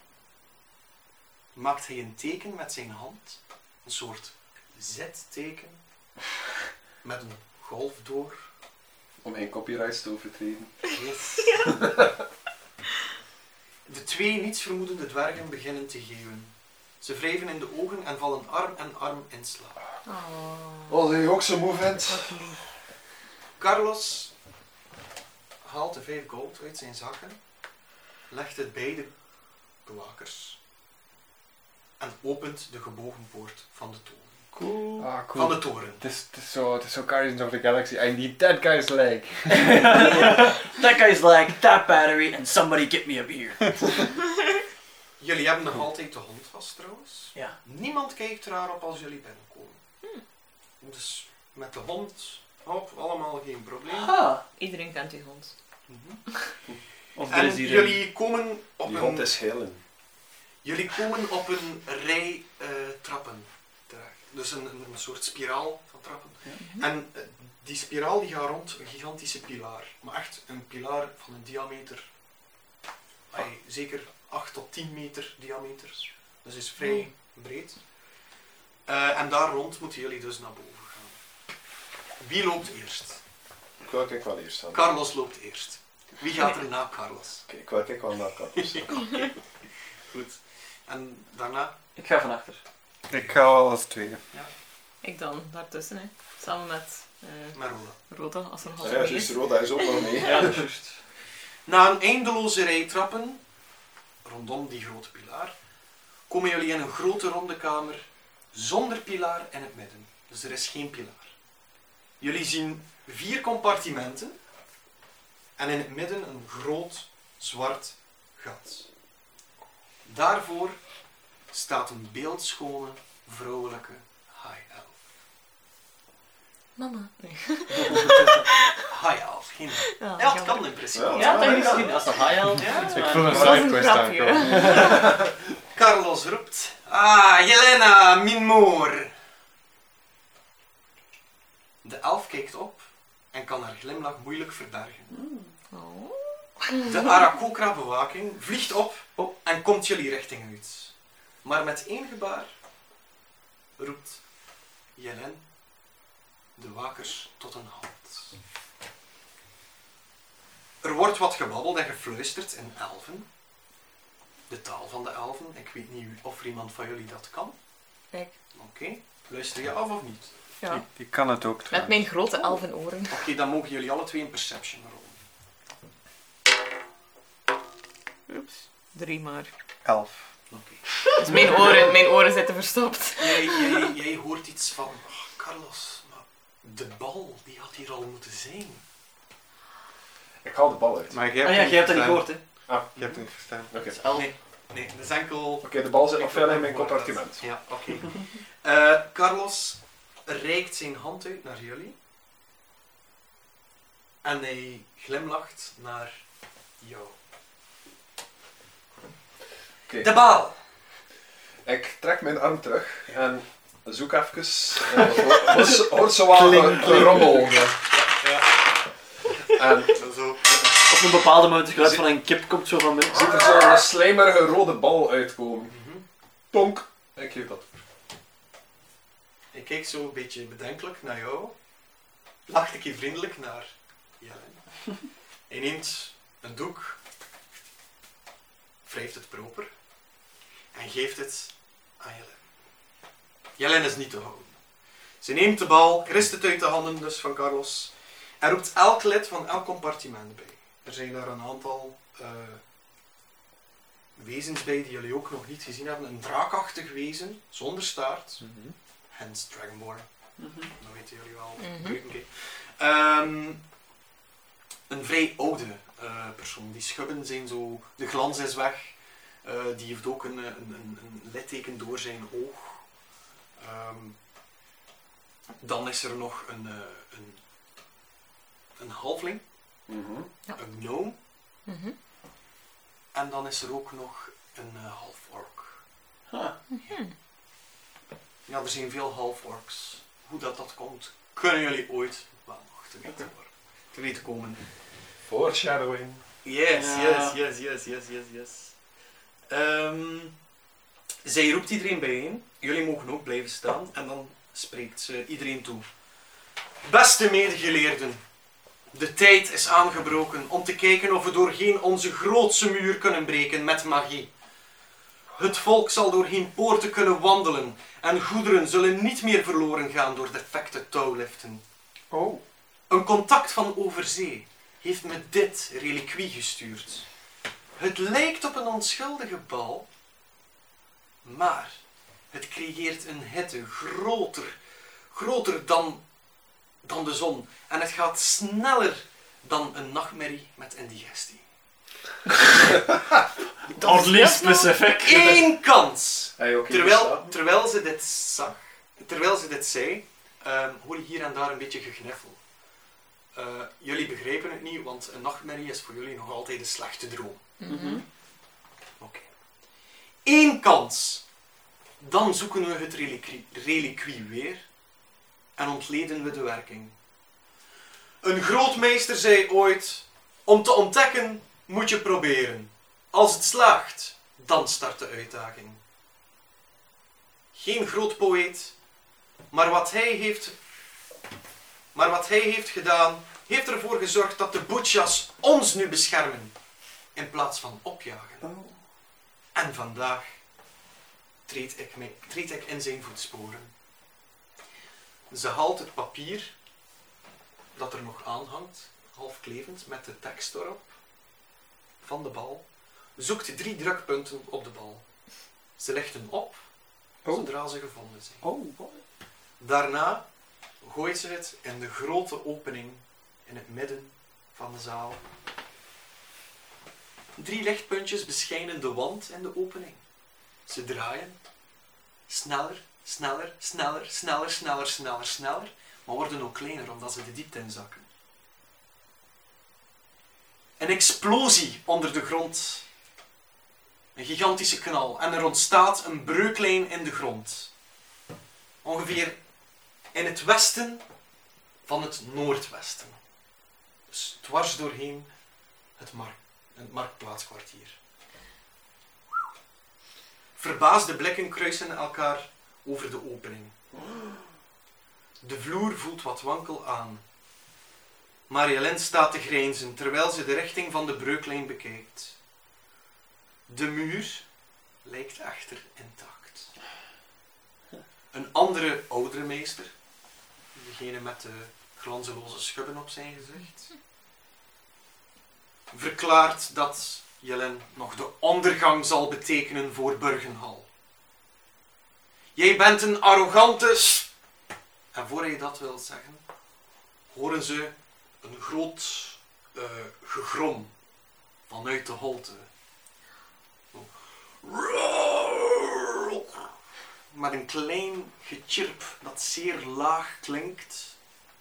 S4: Maakt hij een teken met zijn hand, een soort Z-teken, met een golf door.
S2: Om geen copyrights te overtreden.
S4: Yes. De 2 nietsvermoedende dwergen beginnen te geeuwen. Ze wrijven in de ogen en vallen arm en arm in slaap.
S2: Oh, ben je ook zo moe vindt?
S6: Wat lief.
S4: Carlos haalt de 5 gold uit zijn zakken, legt het bij de bewakers en opent de gebogen poort van de toren.
S5: Cool.
S3: Ah,
S4: Van
S3: cool.
S4: de toren.
S3: Het is zo Guardians of the Galaxy. I need that guy's leg.
S5: That guy's like, that battery and somebody get me a beer.
S4: Jullie hebben nog altijd de hond vast trouwens.
S5: Ja.
S4: Niemand kijkt raar op als jullie binnenkomen. Dus met de hond, hop, allemaal geen probleem.
S5: Ah.
S6: Iedereen kent die hond.
S4: Mhm.
S5: Of er is
S4: En
S5: hier
S4: jullie komen op
S2: Die
S4: een...
S2: hond is gelen.
S4: Jullie komen op een rij trappen terecht. Dus een soort spiraal van trappen. En die spiraal die gaat rond een gigantische pilaar. Maar echt een pilaar van een diameter... zeker 8 tot 10 meter diameter. Dus is vrij breed. En daar rond moeten jullie dus naar boven gaan. Wie loopt eerst?
S7: Ik wil kijk wel eerst staan.
S4: Carlos loopt eerst. Wie gaat er na Carlos?
S7: Oké, ik wil kijk wel naar Carlos.
S4: Goed. En daarna?
S5: Ik ga van achter.
S3: Ik ga wel als tweede.
S6: Ik dan, daartussen, hè. Samen met
S4: Marola.
S6: Roda, als er nog
S7: Ja,
S6: altijd
S7: juist,
S6: is.
S7: Roda is ook nog mee.
S5: Ja, dat is juist.
S4: Na een eindeloze rij trappen, rondom die grote pilaar, komen jullie in een grote ronde kamer zonder pilaar in het midden. Dus er is geen pilaar. Jullie zien 4 compartimenten en in het midden een groot zwart gat. Daarvoor staat een beeldschone vrouwelijke high elf.
S6: Mama. Nee.
S4: High elf, geen...
S6: Ja,
S4: Ja, het kan in principe.
S7: Ja.
S5: Ja, technisch gezien, als dat high
S4: Ja.
S3: Ik voel een
S6: Dat was een
S3: sidequest
S6: grapje.
S3: aankomen.
S4: Carlos roept: Ah, Jelena, min moor. De elf kijkt op en kan haar glimlach moeilijk verbergen.
S6: Oh.
S4: De Arakokra-bewaking vliegt op en komt jullie richting uit. Maar met één gebaar roept Jelen de wakers tot een halt. Er wordt wat gebabbeld en gefluisterd in elfen. De taal van de elfen. Ik weet niet of er iemand van jullie dat kan.
S6: Kijk.
S4: Oké. Luister je af of niet?
S6: Ja.
S3: Die kan het ook
S6: Met
S3: trouwens.
S6: mijn grote elfenoren.
S4: Oké, dan mogen jullie alle twee een perception rollen.
S6: Oeps. 3 maar.
S3: 11.
S4: Oké.
S6: Dus mijn oren zitten verstopt.
S4: Jij hoort iets van... Oh, Carlos, maar de bal, die had hier al moeten zijn.
S7: Ik haal de bal uit.
S3: Maar jij
S5: Ah ja, jij hebt dat niet gehoord, hè.
S3: Je hebt het niet verstaan.
S7: Oké.
S5: Dat is 11.
S4: Nee, dat is enkel...
S7: Oké, de bal zit nog verder in mijn compartiment.
S4: Ja, oké. Carlos reikt zijn hand uit naar jullie. En hij glimlacht naar jou.
S7: Oké.
S4: De bal!
S7: Ik trek mijn arm terug en zoek even. Hoort zo wel een rommel. En
S4: Zo.
S5: Op een bepaalde moment het geluid van een kip komt zo van binnen.
S7: ziet er zo een slijmerige rode bal uitkomen. Tonk. Ik geef dat.
S4: Hij kijkt zo een beetje bedenkelijk naar jou. Lacht een keer vriendelijk naar Jelen. Hij neemt een doek. Wrijft het proper. En geeft het aan Jelen. Jelen is niet te houden. Ze neemt de bal, krist het uit de handen dus van Carlos. En roept elk lid van elk compartiment bij. Er zijn daar een aantal wezens bij die jullie ook nog niet gezien hebben. Een draakachtig wezen, zonder staart. Hence Dragonborn. Dat weten jullie wel. Oké. Een vrij oude persoon. Die schubben zijn zo... De glans is weg. Die heeft ook een litteken door zijn oog. Dan is er nog een halfling.
S6: Ja.
S4: Een gnome.
S6: Mhm.
S4: En dan is er ook nog een half-orc. Ja, er zijn veel half-orcs. Hoe dat komt, kunnen jullie ooit wel nog te weten komen.
S7: Foreshadowing.
S4: Yes,
S5: Ja.
S4: yes. Zij roept iedereen bijeen. Jullie mogen ook blijven staan. En dan spreekt ze iedereen toe. Beste medegeleerden. De tijd is aangebroken om te kijken of we doorheen onze grootste muur kunnen breken met magie. Het volk zal doorheen poorten kunnen wandelen en goederen zullen niet meer verloren gaan door defecte touwliften.
S3: Oh.
S4: Een contact van overzee heeft me dit reliquie gestuurd. Het lijkt op een onschuldige bal, maar het creëert een hitte groter dan de zon. En het gaat sneller dan een nachtmerrie met indigestie.
S5: Oddly specific.
S4: Eén kans!
S7: Hey, oké,
S4: Terwijl ze dit zei, hoor je hier en daar een beetje gegniffel. Jullie begrijpen het niet, want een nachtmerrie is voor jullie nog altijd een slechte droom.
S6: Mhm.
S4: Oké. één kans. Dan zoeken we het reliquie weer en ontleden we de werking. Een grootmeester zei ooit, om te ontdekken moet je proberen. Als het slaagt, dan start de uitdaging. Geen groot poëet, maar wat hij heeft gedaan, heeft ervoor gezorgd dat de Butchas ons nu beschermen, in plaats van opjagen. En vandaag treed ik in zijn voetsporen. Ze haalt het papier dat er nog aan hangt, half klevend, met de tekst erop, van de bal, zoekt 3 drukpunten op de bal. Ze legt hem op, zodra ze gevonden zijn. Daarna gooit ze het in de grote opening in het midden van de zaal. 3 lichtpuntjes beschijnen de wand en de opening. Ze draaien. Sneller, sneller, sneller, sneller, sneller, sneller, sneller. Maar worden ook kleiner omdat ze de diepte inzakken. Een explosie onder de grond. Een gigantische knal. En er ontstaat een breuklijn in de grond. Ongeveer in het westen van het noordwesten. Dus dwars doorheen het marktplaatskwartier. Verbaasde blikken kruisen elkaar over de opening. De vloer voelt wat wankel aan. Marie-Hélène staat te grijnzen terwijl ze de richting van de breuklijn bekijkt. De muur lijkt echter intact. Een andere oudere meester, degene met de glanzeloze schubben op zijn gezicht, verklaart dat Jelen nog de ondergang zal betekenen voor Burgenhal. Jij bent een arrogante... En voor hij dat wil zeggen, horen ze een groot gegrom vanuit de holte. Met een klein gechirp dat zeer laag klinkt.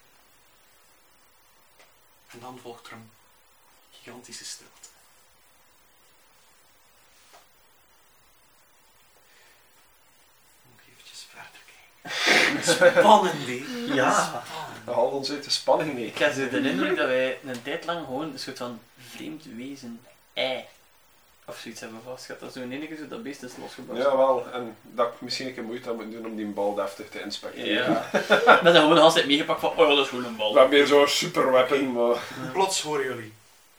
S4: En dan volgt er een gigantische stilte. Moet ik eventjes verder kijken. Spannend, hè?
S5: Ja.
S2: We halen ons uit de spanning mee.
S5: Ik heb zo de indruk dat wij een tijd lang gewoon een soort van vreemd wezen, of zoiets hebben vastgehad. Dat is zo'n enige zo dat beest is losgebarsten.
S2: Jawel, en dat ik misschien een keer moeite aan moet doen om die bal deftig te inspecteren.
S5: Ja. Dat is gewoon altijd meegepakt van, oh, dat is gewoon een bal.
S2: We hebben hier zo'n super weapon, maar...
S4: Plots horen jullie.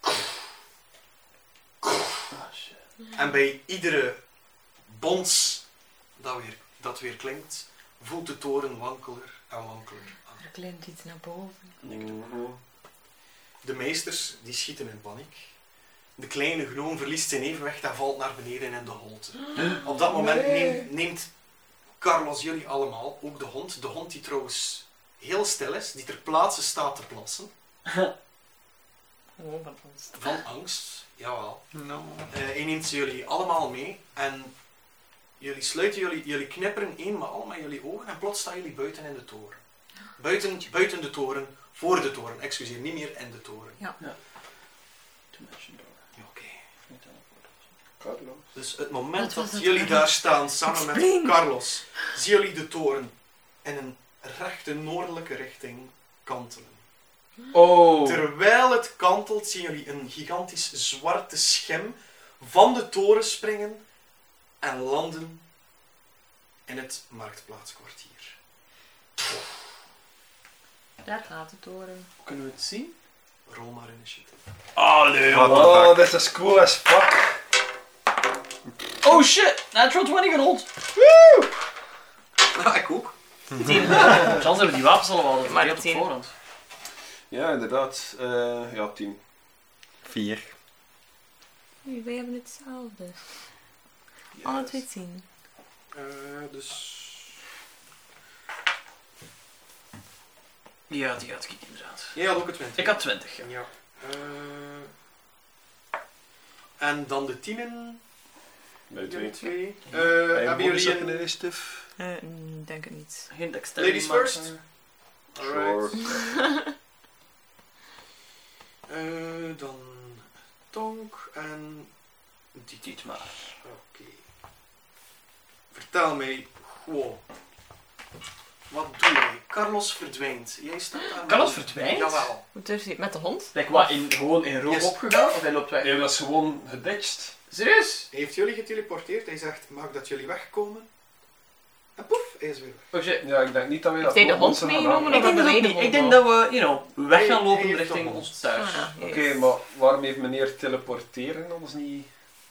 S5: Ah, shit.
S4: En bij iedere bons dat weer klinkt, voelt de toren wankeler en wankeler aan.
S6: Er klimt iets naar boven.
S4: De meesters die schieten in paniek. De kleine gnoom verliest zijn evenwicht en valt naar beneden in de holte. Op dat moment neemt Carlos jullie allemaal, ook de hond die trouwens heel stil is, die ter plaatse staat te plassen.
S6: Gewoon van ons.
S4: Van angst, jawel.
S3: No.
S4: Hij neemt ze jullie allemaal mee en jullie sluiten jullie knipperen eenmaal met jullie ogen en plots staan jullie buiten in de toren. Buiten de toren, voor de toren, excuseer, niet meer in de toren.
S6: Ja.
S5: Dimension door.
S4: Oké.
S2: Carlos.
S4: Dus het moment
S6: Wat was
S4: dat
S6: het?
S4: jullie daar staan samen met
S6: Explain.
S4: Carlos, zien jullie de toren in een rechte noordelijke richting kantelen.
S5: Oh.
S4: Terwijl het kantelt, zien jullie een gigantisch zwarte schim van de toren springen en landen in het marktplaatskwartier.
S6: Daar gaat de toren.
S5: Kunnen we het zien?
S4: Rol maar initiatief.
S5: Allee,
S2: Oh, dit is cool as fuck.
S5: Oh shit, natural 20 gerold.
S4: Ja, ik ook.
S5: 10. Chance hebben die wapens allemaal
S6: Maar
S5: maar op
S6: 10.
S5: voorhand.
S2: Ja, inderdaad. Ja, 10.
S3: 4.
S6: Oei, wij hebben hetzelfde. Alle 2 10.
S4: Dus...
S5: Ja, die had ik inderdaad.
S4: Jij had ook het 20.
S5: Ik had 20, ja.
S4: Ja. En dan de 10'en.
S2: Nee,
S4: Jullie
S2: 2.
S4: 2. Hebben jullie een...
S2: initiative?
S6: Denk het niet.
S5: Geen dexterity.
S4: Ladies first.
S2: Sure.
S4: Dan Tonk en...
S5: Dit maar.
S4: Oké. vertel mij gewoon. Wat doe jij? Carlos verdwijnt. Jij staat daar.
S5: Carlos verdwijnt?
S4: Jawel.
S6: Hoe durf je het met de hond?
S5: Like wat, gewoon in rook
S4: Yes.
S5: opgegaan of hij loopt weg?
S2: Nee, dat is gewoon geditcht.
S5: Serieus?
S4: Hij heeft jullie geteleporteerd. Hij zegt, maak dat jullie wegkomen. En poef, hij is weer weg.
S5: Oh shit.
S2: Ja, ik denk niet dat wij dat
S6: Heeft hij de hond
S2: moeten gaan
S6: meegenomen?
S2: doen.
S5: Ik denk dat ook niet. Ik denk dat we, weg gaan lopen
S4: Hij heeft
S5: richting
S4: de hond.
S5: ons thuis.
S6: Ah, ja,
S2: Oké,
S6: juist.
S2: maar waarom heeft meneer teleporteren ons niet...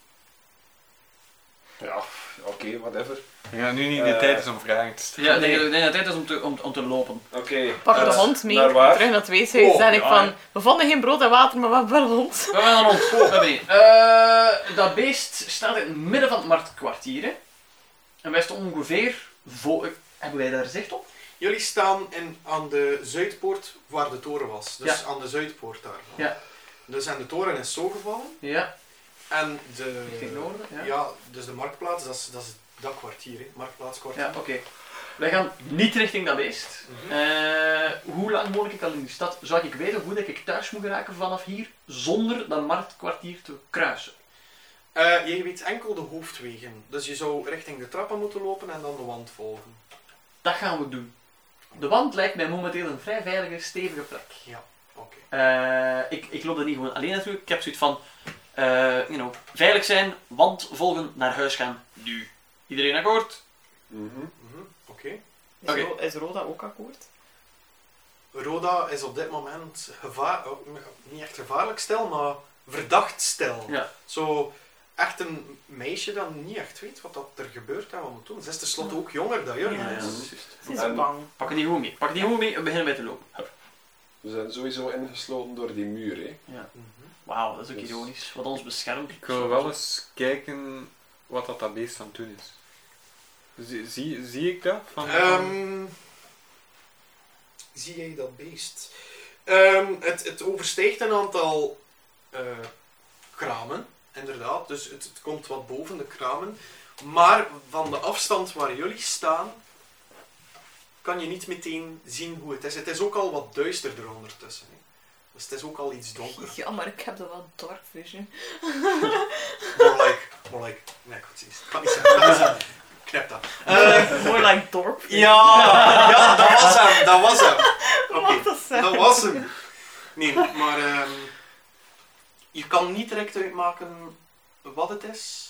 S2: Ja, oké, whatever.
S3: Ja, nu niet de tijd is om vragen te stellen.
S5: Ja, ik denk dat het tijd is om te lopen.
S2: Oké.
S6: Pak de hond mee,
S2: Naar waar?
S6: terug naar het weeshuis.
S2: Oh,
S6: en ik
S5: ja,
S6: van,
S5: ja.
S6: we vonden geen brood en water, maar we hebben wel een hond.
S5: We gaan naar ons. We hebben die. Dat beest staat in het midden van het marktkwartier. Hè. En wij staan ongeveer voor... Hebben wij daar zicht op?
S4: Jullie staan aan de Zuidpoort waar de toren was. Dus
S5: Ja.
S4: aan de Zuidpoort daarvan.
S5: Ja.
S4: Dus en de toren is zo gevallen.
S5: Ja.
S4: En de...
S5: Richting noorden, ja.
S4: Ja, dus de marktplaats, dat is dat kwartier, hè. Marktplaatskwartier.
S5: Ja, oké. Wij gaan niet richting dat beest.
S4: Mhm.
S5: Hoe lang mogelijk ik al in die stad zou ik weten hoe dat ik thuis moet geraken vanaf hier zonder dat marktkwartier te kruisen?
S4: Je weet enkel de hoofdwegen. Dus je zou richting de trappen moeten lopen en dan de wand volgen.
S5: Dat gaan we doen. De wand lijkt mij momenteel een vrij veilige, stevige plek.
S4: Ja, oké.
S5: Ik loop er niet gewoon alleen naartoe. Ik heb zoiets van, veilig zijn, wand volgen, naar huis gaan, nu. Iedereen akkoord?
S4: Mhm, oké.
S6: Is Roda ook akkoord?
S4: Roda is op dit moment niet echt gevaarlijk stil, maar verdacht stil.
S5: Ja.
S4: Zo echt een meisje dat niet echt weet wat dat er gebeurt en wat moet doen. Ze is tenslotte ook jonger dan jullie.
S6: Ja,
S4: dus-
S5: dat is juist.
S6: Ze is
S2: En-
S6: bang.
S5: Pak die goed mee. Pak die goed mee en beginnen bij te lopen. Hup.
S2: We zijn sowieso ingesloten door die muur, hè.
S4: Mhm.
S5: Wauw, dat is ook
S2: Dus-
S5: ironisch. Wat ons beschermt.
S3: Ik wil wel eens kijken wat dat beest aan het doen is. Zie ik dat?
S4: Zie jij dat beest? Het overstijgt een aantal kramen, inderdaad. Dus het komt wat boven de kramen. Maar van de afstand waar jullie staan, kan je niet meteen zien hoe het is. Het is ook al wat duisterder ondertussen. Hè. Dus het is ook al iets donker.
S6: Ja, maar ik heb dat wel dark vision.
S4: More like... Nee, goed, zie je. Ik kan niet zeggen. Knip dat.
S6: More like dorp.
S4: Ja, dat was hem. Oké,
S6: Wat dat zijn.
S4: dat was hem. Nee, maar je kan niet direct uitmaken wat het is.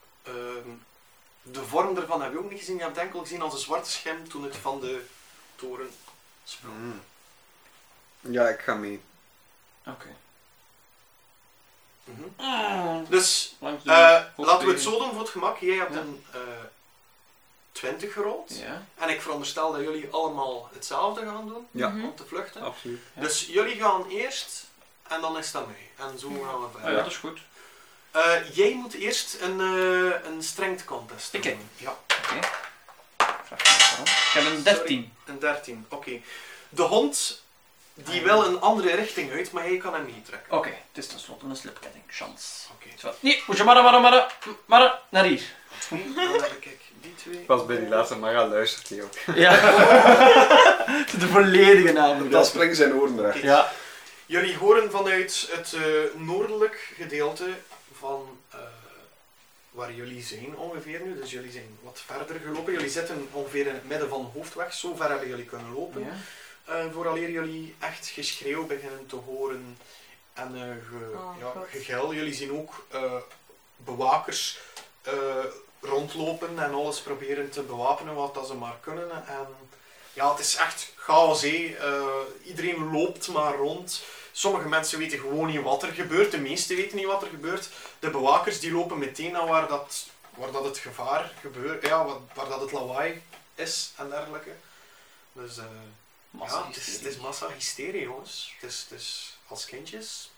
S4: De vorm ervan heb je ook niet gezien. Je hebt het enkel gezien als een zwarte schim toen het van de toren sprong.
S3: Ja, ik ga mee.
S5: Oké.
S4: Mhm. Dus
S5: Langs de
S4: laten we het zo doen voor het gemak. Jij hebt een 20 gerold.
S5: Ja.
S4: En ik veronderstel dat jullie allemaal hetzelfde gaan doen
S3: Ja.
S6: Mhm.
S4: om te vluchten.
S3: Absoluut.
S5: Ja.
S4: Dus jullie gaan eerst en dan is dat mij. En zo gaan we
S5: Ah,
S4: verder.
S5: ja, dat is goed.
S4: Jij moet eerst een strength contest doen.
S5: Ik?
S4: Ja,
S5: Oké. Vraag me waarom. Ik heb een 13.
S4: een 13. Oké. De hond die wil een andere richting uit, maar jij kan hem niet trekken.
S5: Oké, het is tenslotte een slipketting. Chance.
S4: Oké.
S5: Zo. Nee, moet je maar naar hier.
S4: Oké, dan heb ik die twee.
S3: Ik was bij die laatste Mara luistert hij ook.
S5: Ja. De volledige naam.
S2: Dat springen zijn oren recht.
S5: Ja.
S4: Jullie horen vanuit het noordelijk gedeelte van waar jullie zijn ongeveer nu. Dus jullie zijn wat verder gelopen. Jullie zitten ongeveer in het midden van de hoofdweg. Zo ver hebben jullie kunnen lopen.
S5: Ja.
S4: Vooraleer jullie echt geschreeuw beginnen te horen en
S6: God.
S4: gegil. Jullie zien ook bewakers rondlopen en alles proberen te bewapenen wat dat ze maar kunnen. En ja, het is echt chaos, hè. Iedereen loopt maar rond. Sommige mensen weten gewoon niet wat er gebeurt. De meesten weten niet wat er gebeurt. De bewakers die lopen meteen naar waar dat het gevaar gebeurt. Ja, waar dat het lawaai is en dergelijke. Dus ja, het is massa-hysterie, jongens. Het is als kindjes.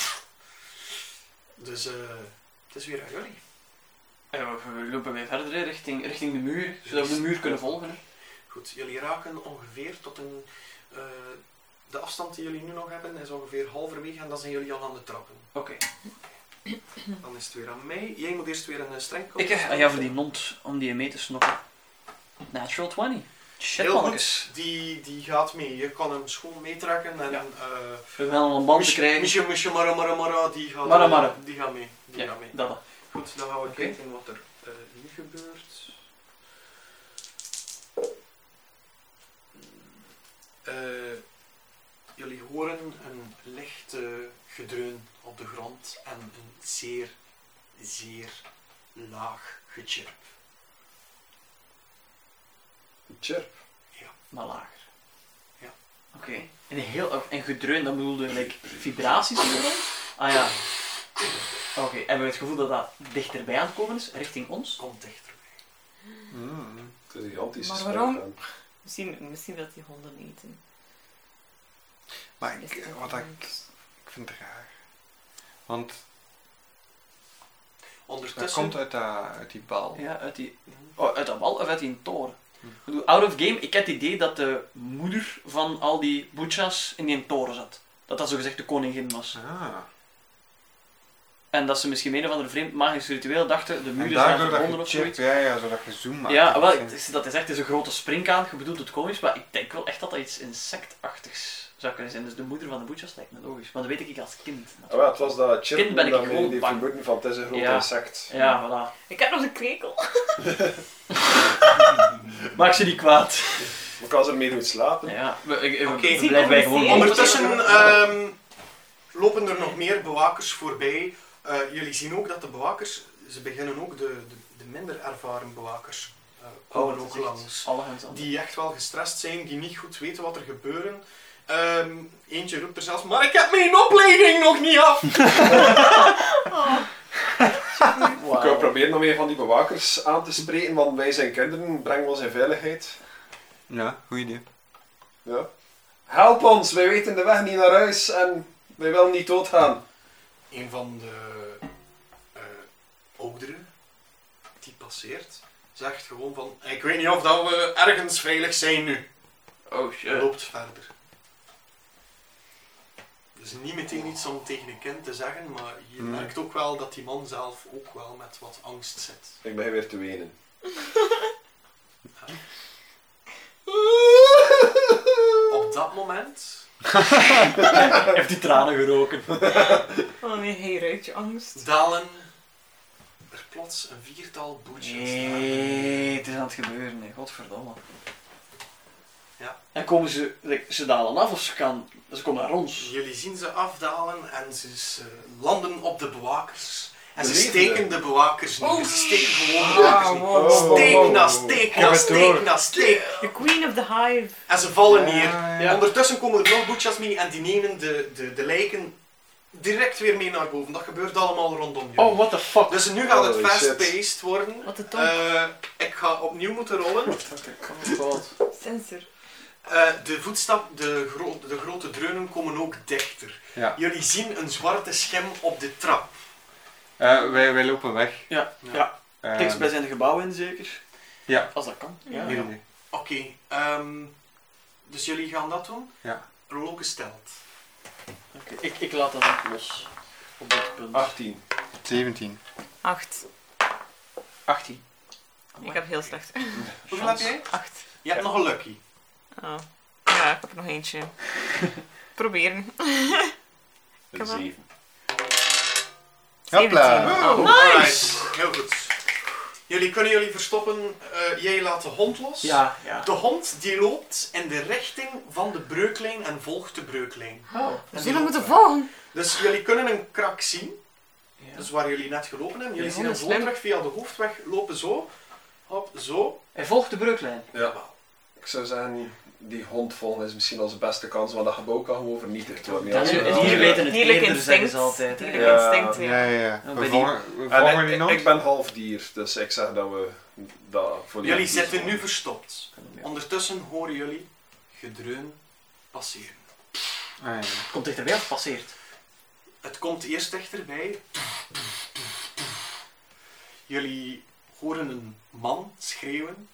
S4: Dus het is weer aan jullie.
S5: We lopen weer verder hè, richting de muur, zodat we de muur kunnen volgen. Hè.
S4: Goed, jullie raken ongeveer tot een... de afstand die jullie nu nog hebben is ongeveer halverwege en dan zijn jullie al aan de trappen.
S5: Oké.
S4: Dan is het weer aan mij. Jij moet eerst weer een streng
S5: Ik ga voor die mond om die mee te snokken. Natural 20. Shit,
S4: Heel
S5: mannetjes.
S4: goed, die gaat mee. Je kan hem schoon meetrekken en...
S5: Ja. We gaan een band te krijgen.
S4: Misje Mara, die gaat,
S5: Mara.
S4: die gaat mee. Die
S5: Ja,
S4: gaat mee.
S5: dat.
S4: Goed, dan gaan we
S5: Oké.
S4: kijken wat er nu gebeurt. Jullie horen een licht gedreun op de grond en een zeer, zeer laag gechirp.
S2: Chirp.
S5: Maar lager.
S4: Ja.
S5: Oké. En gedreun, dat bedoelde like vibraties of zo? Ah ja. Oké, hebben we het gevoel dat dat dichterbij aan het komen is, richting ons?
S4: Komt dichterbij.
S2: Het is een gigantische
S6: Maar waarom?
S2: springhaan.
S6: Misschien dat die honden eten.
S3: Maar
S6: Is
S3: ik vind het raar. Want dat
S4: Ondertussen...
S3: komt uit die bal.
S5: Ja, uit dat bal of uit die toren? Ik bedoel, out of game, ik heb het idee dat de moeder van al die boetjas in die toren zat. Dat zogezegd de koningin was.
S3: Ah.
S5: En dat ze misschien een of andere vreemd magisch ritueel dachten, de
S3: En
S5: muren zijn
S3: daardoor
S5: verbonden
S3: dat
S5: of
S3: je
S5: zoiets.
S3: chipt, ja, zodat je zoom maakt.
S5: Ja, wel, dat is echt een grote springkaan, je bedoelt het komisch, maar ik denk wel echt dat dat iets insectachtigs zou kunnen zijn. Dus de moeder van de boetjas lijkt me logisch, maar dat weet ik als kind.
S2: Ah, wel, het was dat chirp
S5: Kind ben ik
S2: dat mij
S5: gewoon
S2: die
S5: bang.
S2: vermoeden van het is een groot
S5: Ja.
S2: insect.
S5: Ja, voilà.
S6: Ik heb nog een krekel.
S5: Maak ze niet kwaad.
S2: Maar kan ze ermee doen slapen?
S5: Ja,
S4: Oké.
S5: blijven wij gewoon
S4: Ondertussen lopen er nog meer bewakers voorbij. Jullie zien ook dat de bewakers, ze beginnen ook de minder ervaren bewakers komen ook langs.
S5: alle hands aan.
S4: Die echt wel gestrest zijn, die niet goed weten wat er gebeuren. Eentje roept er zelfs, maar ik heb mijn opleiding nog niet af!
S2: We kunnen proberen om een van die bewakers aan te spreken, want wij zijn kinderen, brengen ons in veiligheid.
S3: Ja, goed idee.
S2: Ja. Help ons, wij weten de weg niet naar huis en wij willen niet doodgaan.
S4: Een van de ouderen die passeert, zegt gewoon van, ik weet niet of dat we ergens veilig zijn nu.
S5: Oh
S4: Hij
S5: shit.
S4: loopt verder. Dus niet meteen iets om tegen een kind te zeggen, maar je merkt ook wel dat die man zelf ook wel met wat angst zit.
S2: Ik begin weer te wenen.
S4: Op dat moment
S5: Heeft die tranen geroken.
S6: Oh nee, hij ruikt je angst.
S4: dalen er plots een viertal boetjes naar beneden.
S5: Nee, het is aan het gebeuren, nee, godverdomme.
S4: Ja.
S5: En komen ze dalen af of ze komen naar ons?
S4: Jullie zien ze afdalen en ze landen op de bewakers. En
S2: De
S4: ze
S2: levende.
S4: steken de bewakers niet. Ze steken gewoon de
S6: Wow,
S4: bewakers niet.
S6: wow.
S4: Steek na steek
S3: heb
S4: na
S3: het
S4: steek
S3: door.
S4: na steek.
S6: The Queen of the Hive.
S4: En ze vallen neer.
S3: Ja.
S4: Ondertussen komen er nog boetjas mee en die nemen de lijken direct weer mee naar boven. Dat gebeurt allemaal rondom jullie.
S5: Oh, what the fuck.
S4: Dus nu gaat het
S2: Holy
S4: fast-paced worden.
S6: Wat de top.
S4: Ik ga opnieuw moeten rollen.
S5: Oh god.
S6: Sensor.
S4: De voetstap, de grote dreunen komen ook dichter.
S3: Ja.
S4: Jullie zien een zwarte schim op de trap.
S3: Wij lopen weg.
S5: Ja,
S4: Ja.
S5: ja.
S3: Ehm,
S5: Tekst bij zijn de gebouwen in zeker?
S3: Ja.
S5: Als dat kan. Ja.
S6: Ja.
S3: Goed idee.
S4: Oké, dus jullie gaan dat doen?
S3: Ja.
S4: Rol ook gesteld.
S5: Oké, ik laat dat ook los. Op dit punt.
S2: 18.
S3: 17.
S6: 8.
S5: 18.
S6: Ik heb heel slecht.
S4: Hoeveel heb jij?
S6: 8.
S4: Je hebt nog een lucky.
S6: Oh. Ja, ik heb er nog eentje. Proberen.
S2: Een 7.
S3: Hopla.
S6: 17. Oh,
S4: Alright, heel goed. Jullie kunnen jullie verstoppen. Jij laat de hond los.
S5: Ja, ja.
S4: De hond die loopt in de richting van de breuklijn en volgt de breuklijn.
S5: Oh.
S6: we zullen moeten volgen.
S4: Dus jullie kunnen een krak zien.
S5: Ja.
S4: Dus waar jullie net gelopen hebben. Jullie
S6: Ja,
S4: zien hem
S6: dat is
S4: zo
S6: slim.
S4: terug via de hoofdweg lopen zo. Hop, zo.
S5: Hij volgt de breuklijn.
S2: Ja. Ik zou zeggen, die hond volgen is misschien onze beste kans, want dat gebouw kan gewoon vernietigd worden.
S5: Dat is-
S2: Ja.
S5: dieren weten het
S6: Dierlijk
S5: eerder, zeggen
S6: instinct.
S5: ze altijd. Hè.
S6: Dierlijk
S2: Ja.
S6: instinct, ja.
S3: Ja.
S5: Ja,
S3: We
S5: bij die-
S3: volgen
S2: En
S3: die nog.
S2: ik ben half dier, dus ik zeg dat we dat volledig
S4: Jullie
S2: doen.
S4: zitten nu verstopt. Ondertussen horen jullie gedreun passeren.
S3: Ah, ja.
S5: Komt dichterbij of passeert?
S4: Het komt eerst dichterbij. Jullie horen een man schreeuwen.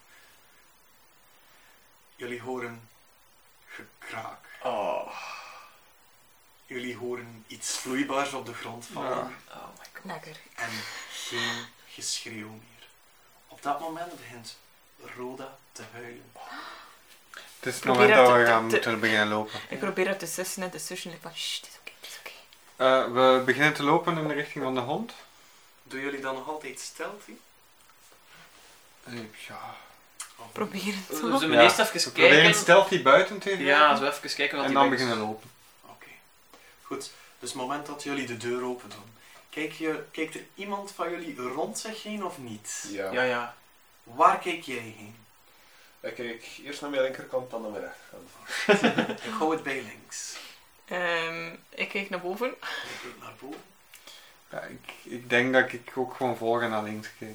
S4: Jullie horen gekraak.
S5: Oh.
S4: Jullie horen iets vloeibaars op de grond vallen.
S3: Ja.
S5: Oh my god.
S6: Lekker.
S4: En geen geschreeuw meer. Op dat moment begint Roda te huilen.
S3: Het is het
S6: Probeer
S3: moment dat
S6: het
S3: we
S6: te-
S3: gaan
S6: te-
S3: moeten beginnen lopen.
S6: Ik probeer het te sussen en te sussen. Ik van, shh, het is oké, het is oké.
S3: We beginnen te lopen in de richting van de hond.
S4: Doen jullie dan nog altijd stealthy?
S3: Ja.
S6: Probeer het
S5: We
S6: zo.
S5: zullen
S3: Ja.
S5: eerst even
S3: We proberen
S5: kijken.
S3: stealthy buiten te gaan.
S5: Ja, zo even kijken wat
S3: en
S5: die
S3: dan
S5: denkt.
S3: beginnen lopen.
S4: Oké. Goed. Dus het moment dat jullie de deur open doen, kijkt er iemand van jullie rond zich heen of niet?
S2: Ja.
S5: Ja.
S4: Waar kijk jij heen?
S2: Ik kijk eerst naar mijn linkerkant, dan naar mijn rechterkant.
S4: Ik hou het bij links.
S6: Ik kijk naar boven.
S4: Ik kijk naar boven.
S3: Ja, ik denk dat ik ook gewoon volgen naar links kijk.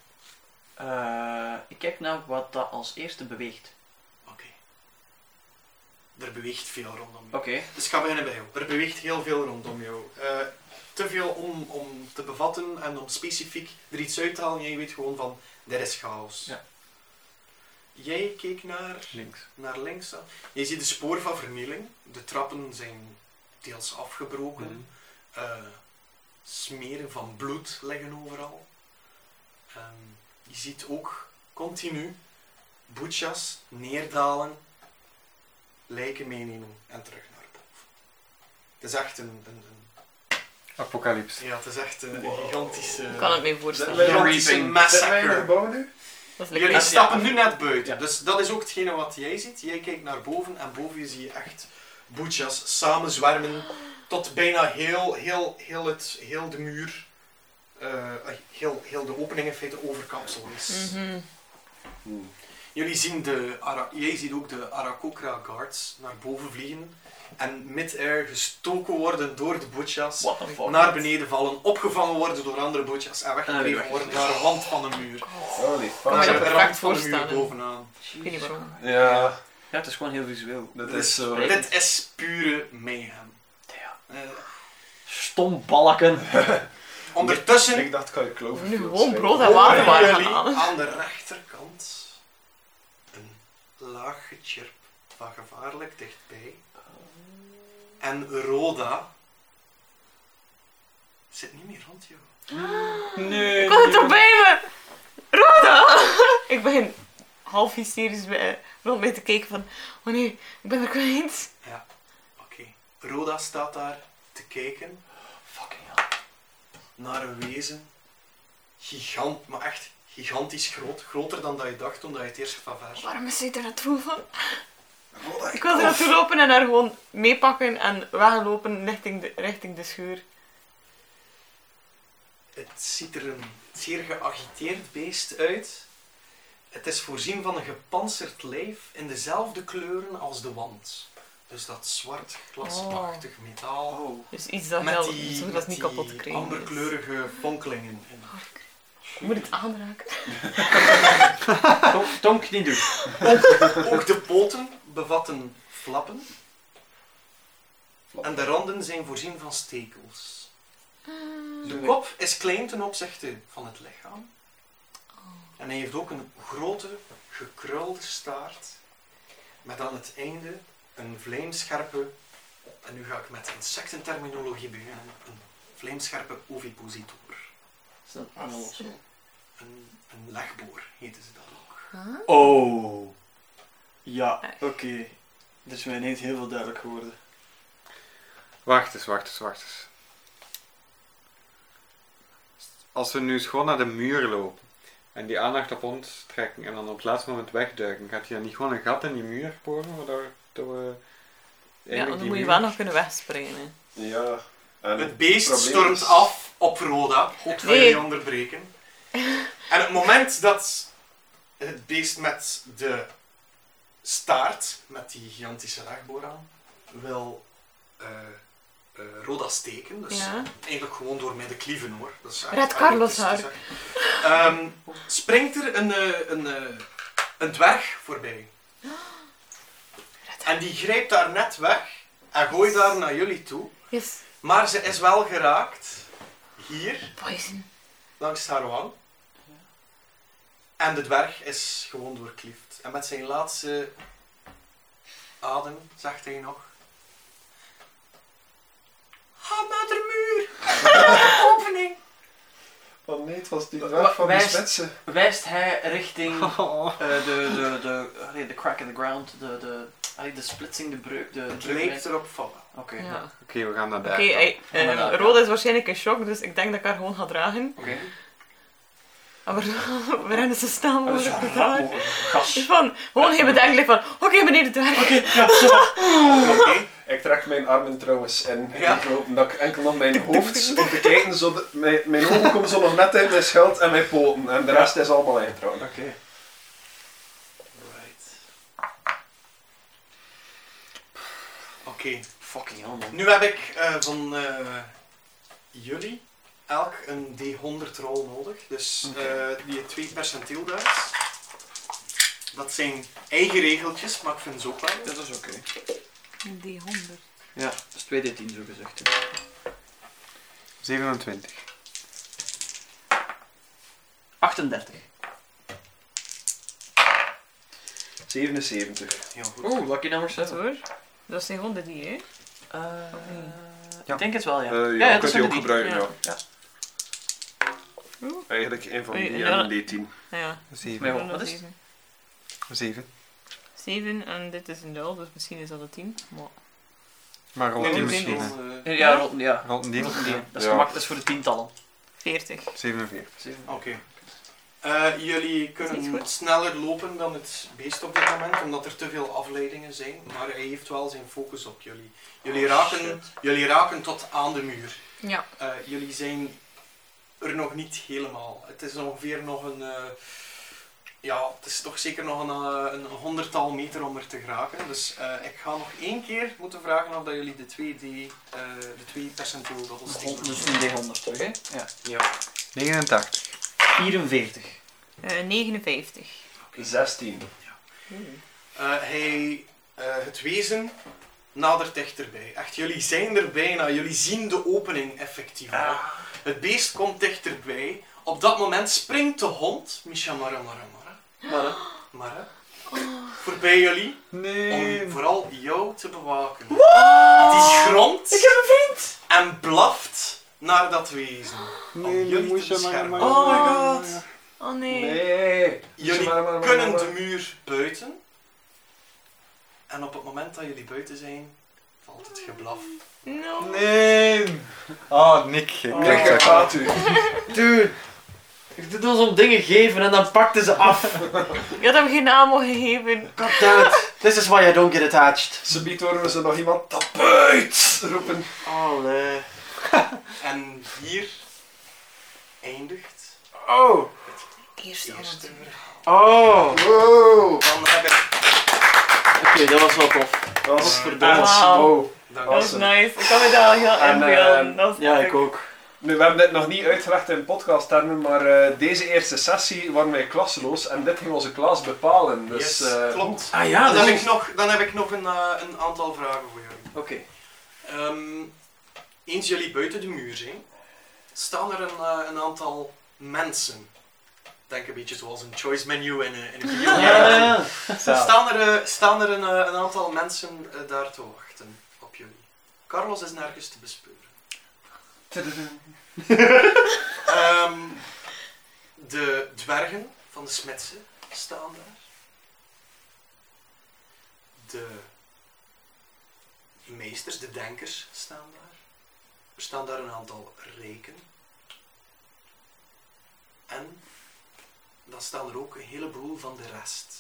S4: Ja.
S5: Ik kijk naar wat dat als eerste beweegt.
S4: Oké. Er beweegt veel rondom jou.
S5: Oké.
S4: Dus ik ga beginnen bij jou. Er beweegt heel veel rondom jou. Te veel om te bevatten en om specifiek er iets uit te halen. Jij weet gewoon van, dit is chaos.
S5: Ja.
S4: Jij keek naar
S3: Links.
S4: links. Je ziet de spoor van vernieling. De trappen zijn deels afgebroken. Smeren van bloed liggen overal. Je ziet ook continu boetjas neerdalen, lijken meenemen en terug naar boven. Het is echt een
S3: Apocalypse.
S4: ja, het is echt een gigantische,
S6: Ik kan het me voorstellen.
S2: Zijn
S4: gigantische
S5: Reaping.
S4: massacre.
S2: gebouw nu?
S6: Dat is
S4: Jullie
S6: lekker.
S4: stappen nu net buiten,
S5: Ja.
S4: dus dat is ook hetgene wat jij ziet. Jij kijkt naar boven en boven je zie je echt boetjas samenzwermen tot bijna heel de muur, heel de opening in feite overkapsel is.
S6: Mhm.
S4: Jullie zien jij ziet ook de Arakokra guards naar boven vliegen en mid-air gestoken worden door de boetjas,
S5: What the fuck?
S4: naar beneden vallen, opgevangen worden door andere boetjas en weggedreven worden naar de wand van de muur.
S2: Holy fuck.
S6: Kan me
S4: Naar
S6: dat
S4: de
S6: perfect
S4: rand van de muur
S6: voorstellen.
S4: bovenaan.
S6: Ik weet niet waarom.
S2: Ja,
S5: Ja, het is gewoon heel visueel.
S2: dat is zo.
S4: Dit is pure mayhem.
S5: Ja.
S4: Eh,
S5: Stombalken.
S4: ondertussen
S2: Ik dacht, kan je kloven?
S6: Nu gewoon brood en water waren gaan
S4: jullie
S6: halen.
S4: aan de rechterkant een laag gechirp van gevaarlijk dichtbij. En Roda zit niet meer rond jou.
S5: Nee.
S6: Ik had het erbij me! Roda! Ik begin half hysterisch rond mij te kijken van, oh nee, ik ben er kwijt.
S4: Oké. Roda staat daar te kijken
S5: Fucking hell.
S4: naar een wezen. Maar echt gigantisch groot. Groter dan dat je dacht toen dat je het eerst van ver zag.
S6: Waarom is hij er naartoe van? Ik wil er naartoe lopen en haar gewoon meepakken en weglopen richting de schuur.
S4: Het ziet er een zeer geagiteerd beest uit. Het is voorzien van een gepantserd lijf in dezelfde kleuren als de wand. Dus dat zwart glasachtig metaal.
S5: Oh.
S6: Dus iets dat
S4: Met
S6: wel,
S4: die,
S6: zodat het niet kapot te krijgen is.
S4: amberkleurige fonkelingen.
S6: Je moet het aanraken.
S5: Tonk niet doen.
S4: Ook de poten bevatten flappen. En de randen zijn voorzien van stekels. De kop is klein ten opzichte van het lichaam. En hij heeft ook een grote, gekrulde staart. Met aan het einde een vlijmscherpe, en nu ga ik met insectenterminologie beginnen, een vlijmscherpe ovipositor.
S5: Is dat allemaal of zo?
S4: Een legboor heten ze dat ook.
S5: Oh. Ja, oké. Dat is mij ineens heel veel duidelijk geworden.
S3: Wacht eens. Als we nu eens gewoon naar de muur lopen en die aandacht op ons trekken en dan op het laatste moment wegduiken, gaat hij dan niet gewoon een gat in die muur boren, waardoor we
S6: Ja, dan moet je wel nog kunnen wegspringen. Hè.
S2: Ja. En
S4: Het beest
S2: probleem
S4: stormt
S2: is-
S4: af op Roda. God wil
S6: Nee.
S4: je onderbreken. En het moment dat het beest met de staart, met die gigantische legboor aan, wil Roda steken. Dus
S6: Ja.
S4: eigenlijk gewoon door mij de klieven hoor. Dat is echt
S6: Red Carlos
S4: eigenlijk springt er een dwerg voorbij. En die grijpt daar net weg en gooit daar naar jullie toe.
S6: Yes.
S4: Maar ze is wel geraakt. Hier,
S6: Poison.
S4: langs haar wang. En de dwerg is gewoon doorkliefd. En met zijn laatste adem zegt hij nog: ga naar de muur! Opening!
S2: Oh nee, het was die dwerg van die
S5: Wijst-
S2: spetsen.
S5: Wijst hij richting de crack in the ground, de splitsing, de breuk, de
S4: Het
S5: druk.
S4: lijkt erop van wel.
S5: Oké.
S6: Ja.
S3: Oké, we gaan naar
S6: Oké,
S3: daar.
S6: Roda is waarschijnlijk in shock, dus ik denk dat ik haar gewoon ga dragen.
S5: Oké.
S6: En we rennen zo snel
S5: Dat is
S6: mogelijk naar daar.
S5: gas.
S6: Dus van, gewoon geen bedenking van, oké, meneer de dwerg.
S4: Oké.
S2: Ik trek mijn armen trouwens in.
S4: Ja.
S2: Ik hoop dat ik enkel nog mijn hoofd stond te kijken. Zodat mijn ogen komen zo nog net in mijn schild en mijn poten. En de rest is allemaal ingetrokken.
S4: Oké. Right. Oké.
S5: Fucking hell, man.
S4: Nu heb ik van jullie elk een D100 rol nodig. Dus die 2 percentiel duidt. Dat zijn eigen regeltjes, maar ik vind ze ook wel.
S5: Dat is oké.
S6: Die 100.
S5: Ja, dat is 2D10 zo gezegd. Hè.
S3: 27.
S5: 38.
S2: 77.
S4: Heel goed.
S5: Oeh, lucky number
S6: Dat
S5: 7.
S6: hoor. Dat is niet 100 die, hè?
S3: Ja.
S5: Ik denk het wel, ja.
S2: Ja,
S5: ja,
S2: je
S5: dat
S2: kunt
S5: zijn
S2: die ook
S5: die.
S2: gebruiken, ja.
S5: Ja.
S2: Eigenlijk een van
S6: Oei,
S2: die
S6: ja.
S2: en een D10.
S6: Ja.
S3: 7.
S5: Ja. Wat is het?
S3: 7.
S6: 7 en dit is een 0, dus misschien is dat een 10. Maar...
S3: Maar rond
S4: Nee,
S3: 10
S4: nee,
S3: misschien.
S4: nee,
S3: hè.
S5: Ja, rond, ja.
S3: Rond 10.
S5: Rond die. Dat is
S2: Ja.
S5: gemakkelijk, dat is voor de tientallen.
S6: 40.
S3: 47.
S4: Oké. Jullie
S6: Dat is
S4: kunnen
S6: niet goed.
S4: sneller lopen dan het beest op dit moment, omdat er te veel afleidingen zijn. Maar hij heeft wel zijn focus op jullie. Jullie raken tot aan de muur.
S6: Ja.
S4: Jullie zijn er nog niet helemaal. Het is ongeveer nog een... het is toch zeker nog een 100-tal meter om er te geraken. Dus ik ga nog 1 keer moeten vragen of dat jullie de 2 percentiel dobbelstenen
S5: Dus een D100 terug, hè? Ja.
S3: 89.
S5: 44.
S6: 59.
S2: 16.
S4: Het wezen nadert dichterbij. Echt, jullie zijn er bijna. Jullie zien de opening effectief. Het beest komt dichterbij. Op dat moment springt de hond, Misha Mara, voorbij jullie, om vooral jou te bewaken. Die gromt en blaft naar dat wezen. Om jullie te beschermen.
S6: Oh my god. Oh nee.
S2: Nee.
S4: Jullie
S2: Maar.
S4: kunnen de muur buiten. En op het moment dat jullie buiten zijn, valt het geblaf.
S6: No.
S3: Nee! Oh, Nick.
S2: Kijk, ik gaat u.
S5: Dude. Ik doe dan zo'n dingen geven en dan pakte ze af.
S6: Je had hem geen naam mogen geven.
S5: God damn it. This is why I don't get attached.
S2: Subiet horen ze nog iemand tapuit roepen.
S5: Allee.
S4: En hier eindigt
S5: Oh.
S6: Eerst
S4: het eerste
S6: allemaal.
S4: verhaal.
S5: Oh.
S2: Wow.
S4: Dan heb ik...
S5: Oké, dat was wel tof.
S2: Dat was
S5: verdomme.
S2: wow.
S4: Dan
S6: Dat was nice. Ik kan me daar al heel
S2: En,
S6: inbeelden. Dat was
S5: Ja,
S6: epic.
S5: ik ook.
S2: Nu, we hebben dit nog niet uitgelegd in podcasttermen, maar deze eerste sessie waren wij klasloos en dit ging onze klas bepalen. Dus,
S4: Yes, klopt.
S5: Ah ja,
S4: Dan,
S5: dat
S4: heb
S5: is...
S4: ik nog een aantal vragen voor jullie.
S5: Oké.
S4: Eens jullie buiten de muur zijn, staan er een aantal mensen. Denk een beetje zoals een choice menu in een video.
S5: Ja.
S4: Staan er een aantal mensen daar te wachten op jullie. Carlos is nergens te bespeuren. De dwergen van de smidsen staan daar. De meesters, de denkers staan daar. Er staan daar een aantal rijken. En dan staan er ook een heleboel van de rest.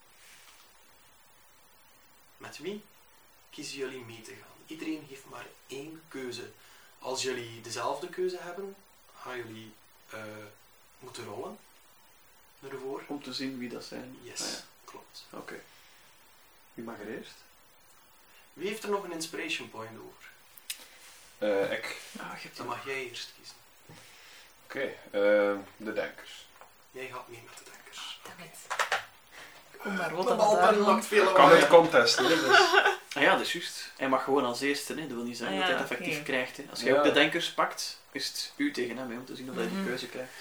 S4: Met wie kiezen jullie mee te gaan? Iedereen heeft maar 1 keuze. Als jullie dezelfde keuze hebben, gaan jullie moeten rollen. Ervoor.
S5: Om te zien wie dat zijn.
S4: Yes,
S5: Ah, ja.
S4: klopt.
S5: Oké. Wie mag er eerst?
S4: Wie heeft er nog een inspiration point over?
S2: Ik.
S5: Ah, je hebt
S4: Dan mag jij eerst kiezen.
S2: Oké, de denkers.
S4: Jij gaat mee met de denkers.
S6: Kom maar, wat
S4: De
S6: dat
S4: balpen
S6: daar
S4: maakt veel
S2: Kan
S4: lawaai.
S2: uit contest, hè, dus.
S5: Ah ja, dat is juist. Hij mag gewoon als eerste, hè. Dat wil niet zeggen
S6: Ah,
S5: dat
S6: ja,
S5: hij het effectief
S6: oké.
S5: krijgt. Hè. Als jij
S2: Ja.
S5: ook de denkers pakt, is het u tegen hem, hè, om te zien of hij die
S6: Mhm.
S5: keuze krijgt.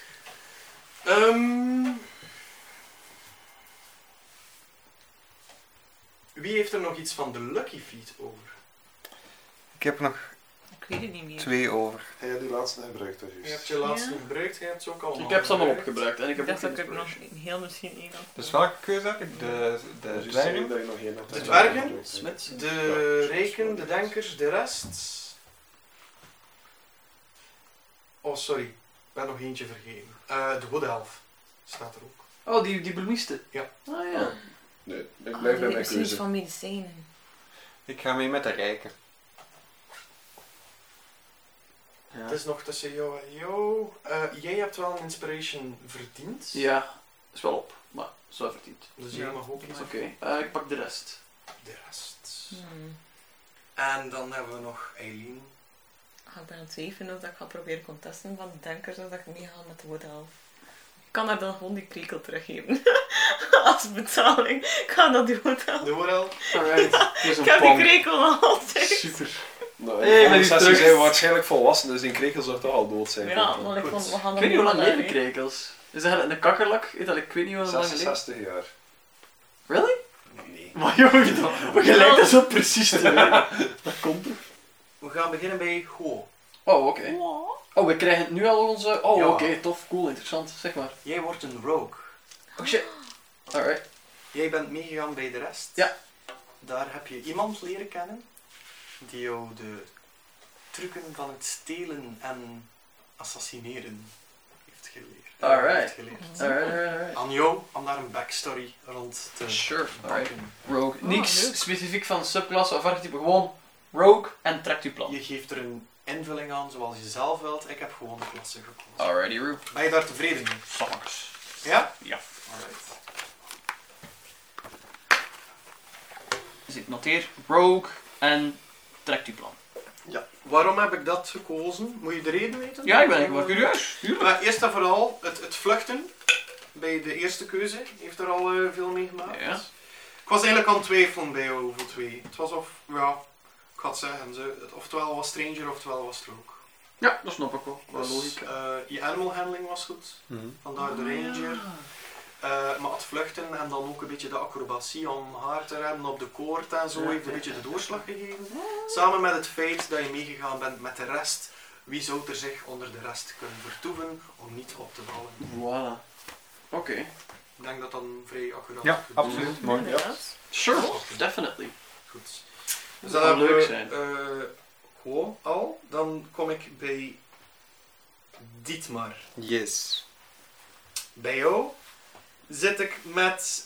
S4: Wie heeft er nog iets van de Lucky Feet over?
S3: Ik heb nog
S6: Ik weet het niet meer.
S3: 2 over.
S7: Hij heeft die laatste gebruikt, dus.
S4: Je hebt je laatste
S6: Ja.
S4: gebruikt, je hebt ze ook allemaal
S5: Ik heb ze allemaal
S4: gebruikt.
S5: opgebruikt en ik
S6: Ik
S5: heb
S6: dacht
S5: ook
S6: dat ik er nog
S5: inspiration.
S6: heel misschien één had.
S3: Dus welke keuze heb ik? De
S7: Dus
S3: dwergen?
S7: dat je nog geen had.
S4: De dwergen?
S5: Smits.
S4: De rijken, de denkers, de rest. Oh, sorry. Ik ben nog eentje vergeten. De Wood Elf. staat er ook.
S5: Oh, die bloemiste.
S4: Ja.
S5: Ah ja.
S2: Nee, ik blijf
S6: Ah,
S2: bij
S6: ik
S2: mijn
S6: misschien iets
S2: keuze.
S6: van medicijnen.
S3: Ik ga mee met de rijken.
S5: Ja.
S4: Het is nog tussen jou en jou. Jij hebt wel een inspiration verdiend.
S5: Ja, is wel op, maar zo verdiend.
S4: Dus jij mag ook
S5: Oké,
S4: kiezen.
S5: ik pak de rest.
S4: De rest.
S6: Hmm.
S4: En dan hebben we nog Eileen.
S6: Ik ben aan het twijfelen of dat ik ga proberen contesten van de denkers of dat ik meega met de woordelf. Ik kan daar dan gewoon die krekel teruggeven. Als betaling. Ik ga dat doen.
S4: De Worel.
S5: Alright.
S6: Ik heb die krekel nog altijd.
S5: Super.
S2: Nou,
S5: Hey,
S2: in
S5: ben
S2: de
S5: je
S2: sessie
S5: terug?
S2: zijn we waarschijnlijk volwassen, dus die krekel zou toch al dood zijn.
S6: Ja, want ik
S4: Goed.
S6: vond, we gaan
S5: Ik
S6: dat
S5: weet niet hoe lang
S6: doen,
S5: leven
S6: hè.
S5: krekels. Is dat een kakkerlak? Ik weet niet hoe lang leven.
S2: 66 jaar.
S5: Really?
S4: Nee.
S5: Maar jongen, we gelijk dat zo precies te weten. Dat komt toch?
S4: We gaan beginnen bij Go.
S5: Oh, oké. Oh, we krijgen nu al onze... Oh,
S4: Ja.
S5: oké, tof, cool, interessant. Zeg maar.
S4: Jij wordt een rogue.
S5: Oh shit. Alright.
S4: Jij bent meegegaan bij de rest.
S5: Ja.
S4: Daar heb je iemand leren kennen die jou de trucken van het stelen en assassineren heeft geleerd.
S5: Alright.
S4: Heeft geleerd.
S5: Alright.
S4: Aan jou om daar een backstory rond te
S5: Sure. Alright.
S4: bakken.
S5: Rogue. Niks
S6: leuk.
S5: specifiek van subklasse of archetype, gewoon rogue en trekt uw plan.
S4: Je geeft er een invulling aan zoals je zelf wilt. Ik heb gewoon de klasse gekozen.
S5: Alrighty, rogue.
S4: Ben je daar tevreden mee?
S5: Fuckers.
S4: Ja?
S5: Ja.
S4: Alright.
S5: Dus ik noteer rogue en trekt uw plan.
S4: Ja. Waarom heb ik dat gekozen? Moet je de reden weten?
S5: Ja, ik ben eigenlijk wel curieus. Tuurlijk.
S4: Maar eerst en vooral, het vluchten bij de eerste keuze heeft er al veel mee gemaakt.
S5: Ja.
S4: Ik was eigenlijk aan het twijfelen bij jou voor twee. Het was of, ja, ik ga het zeggen, het oftewel was Stranger oftewel was Rogue.
S5: Ja, dat snap ik wel. Wel
S4: Dus,
S5: logica.
S4: je animal handling was goed, vandaar de Ranger. Maar het vluchten en dan ook een beetje de acrobatie om haar te remmen op de koord en zo
S5: Ja,
S4: heeft een
S5: ja,
S4: beetje
S5: ja.
S4: de doorslag gegeven. Samen met het feit dat je meegegaan bent met de rest. Wie zou er zich onder de rest kunnen vertoeven om niet op te vallen?
S5: Voilà. Oké.
S4: Ik denk dat dat een vrij accuraat
S3: Ja,
S4: gedoe is.
S3: absoluut. Mooi.
S6: Inderdaad.
S5: Sure, definitely.
S4: Goed. Dus
S5: Dat
S4: dan
S5: zou
S4: hebben
S5: leuk
S4: we
S5: zijn.
S4: gewoon al. Dan kom ik bij Dietmar.
S3: Yes.
S4: Bij jou zit ik met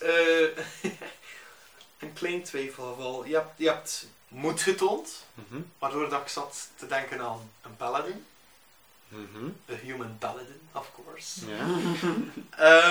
S4: een klein twijfelgeval. Je hebt moed getoond, waardoor dat ik zat te denken aan een paladin. A human paladin, of course.
S3: Ja.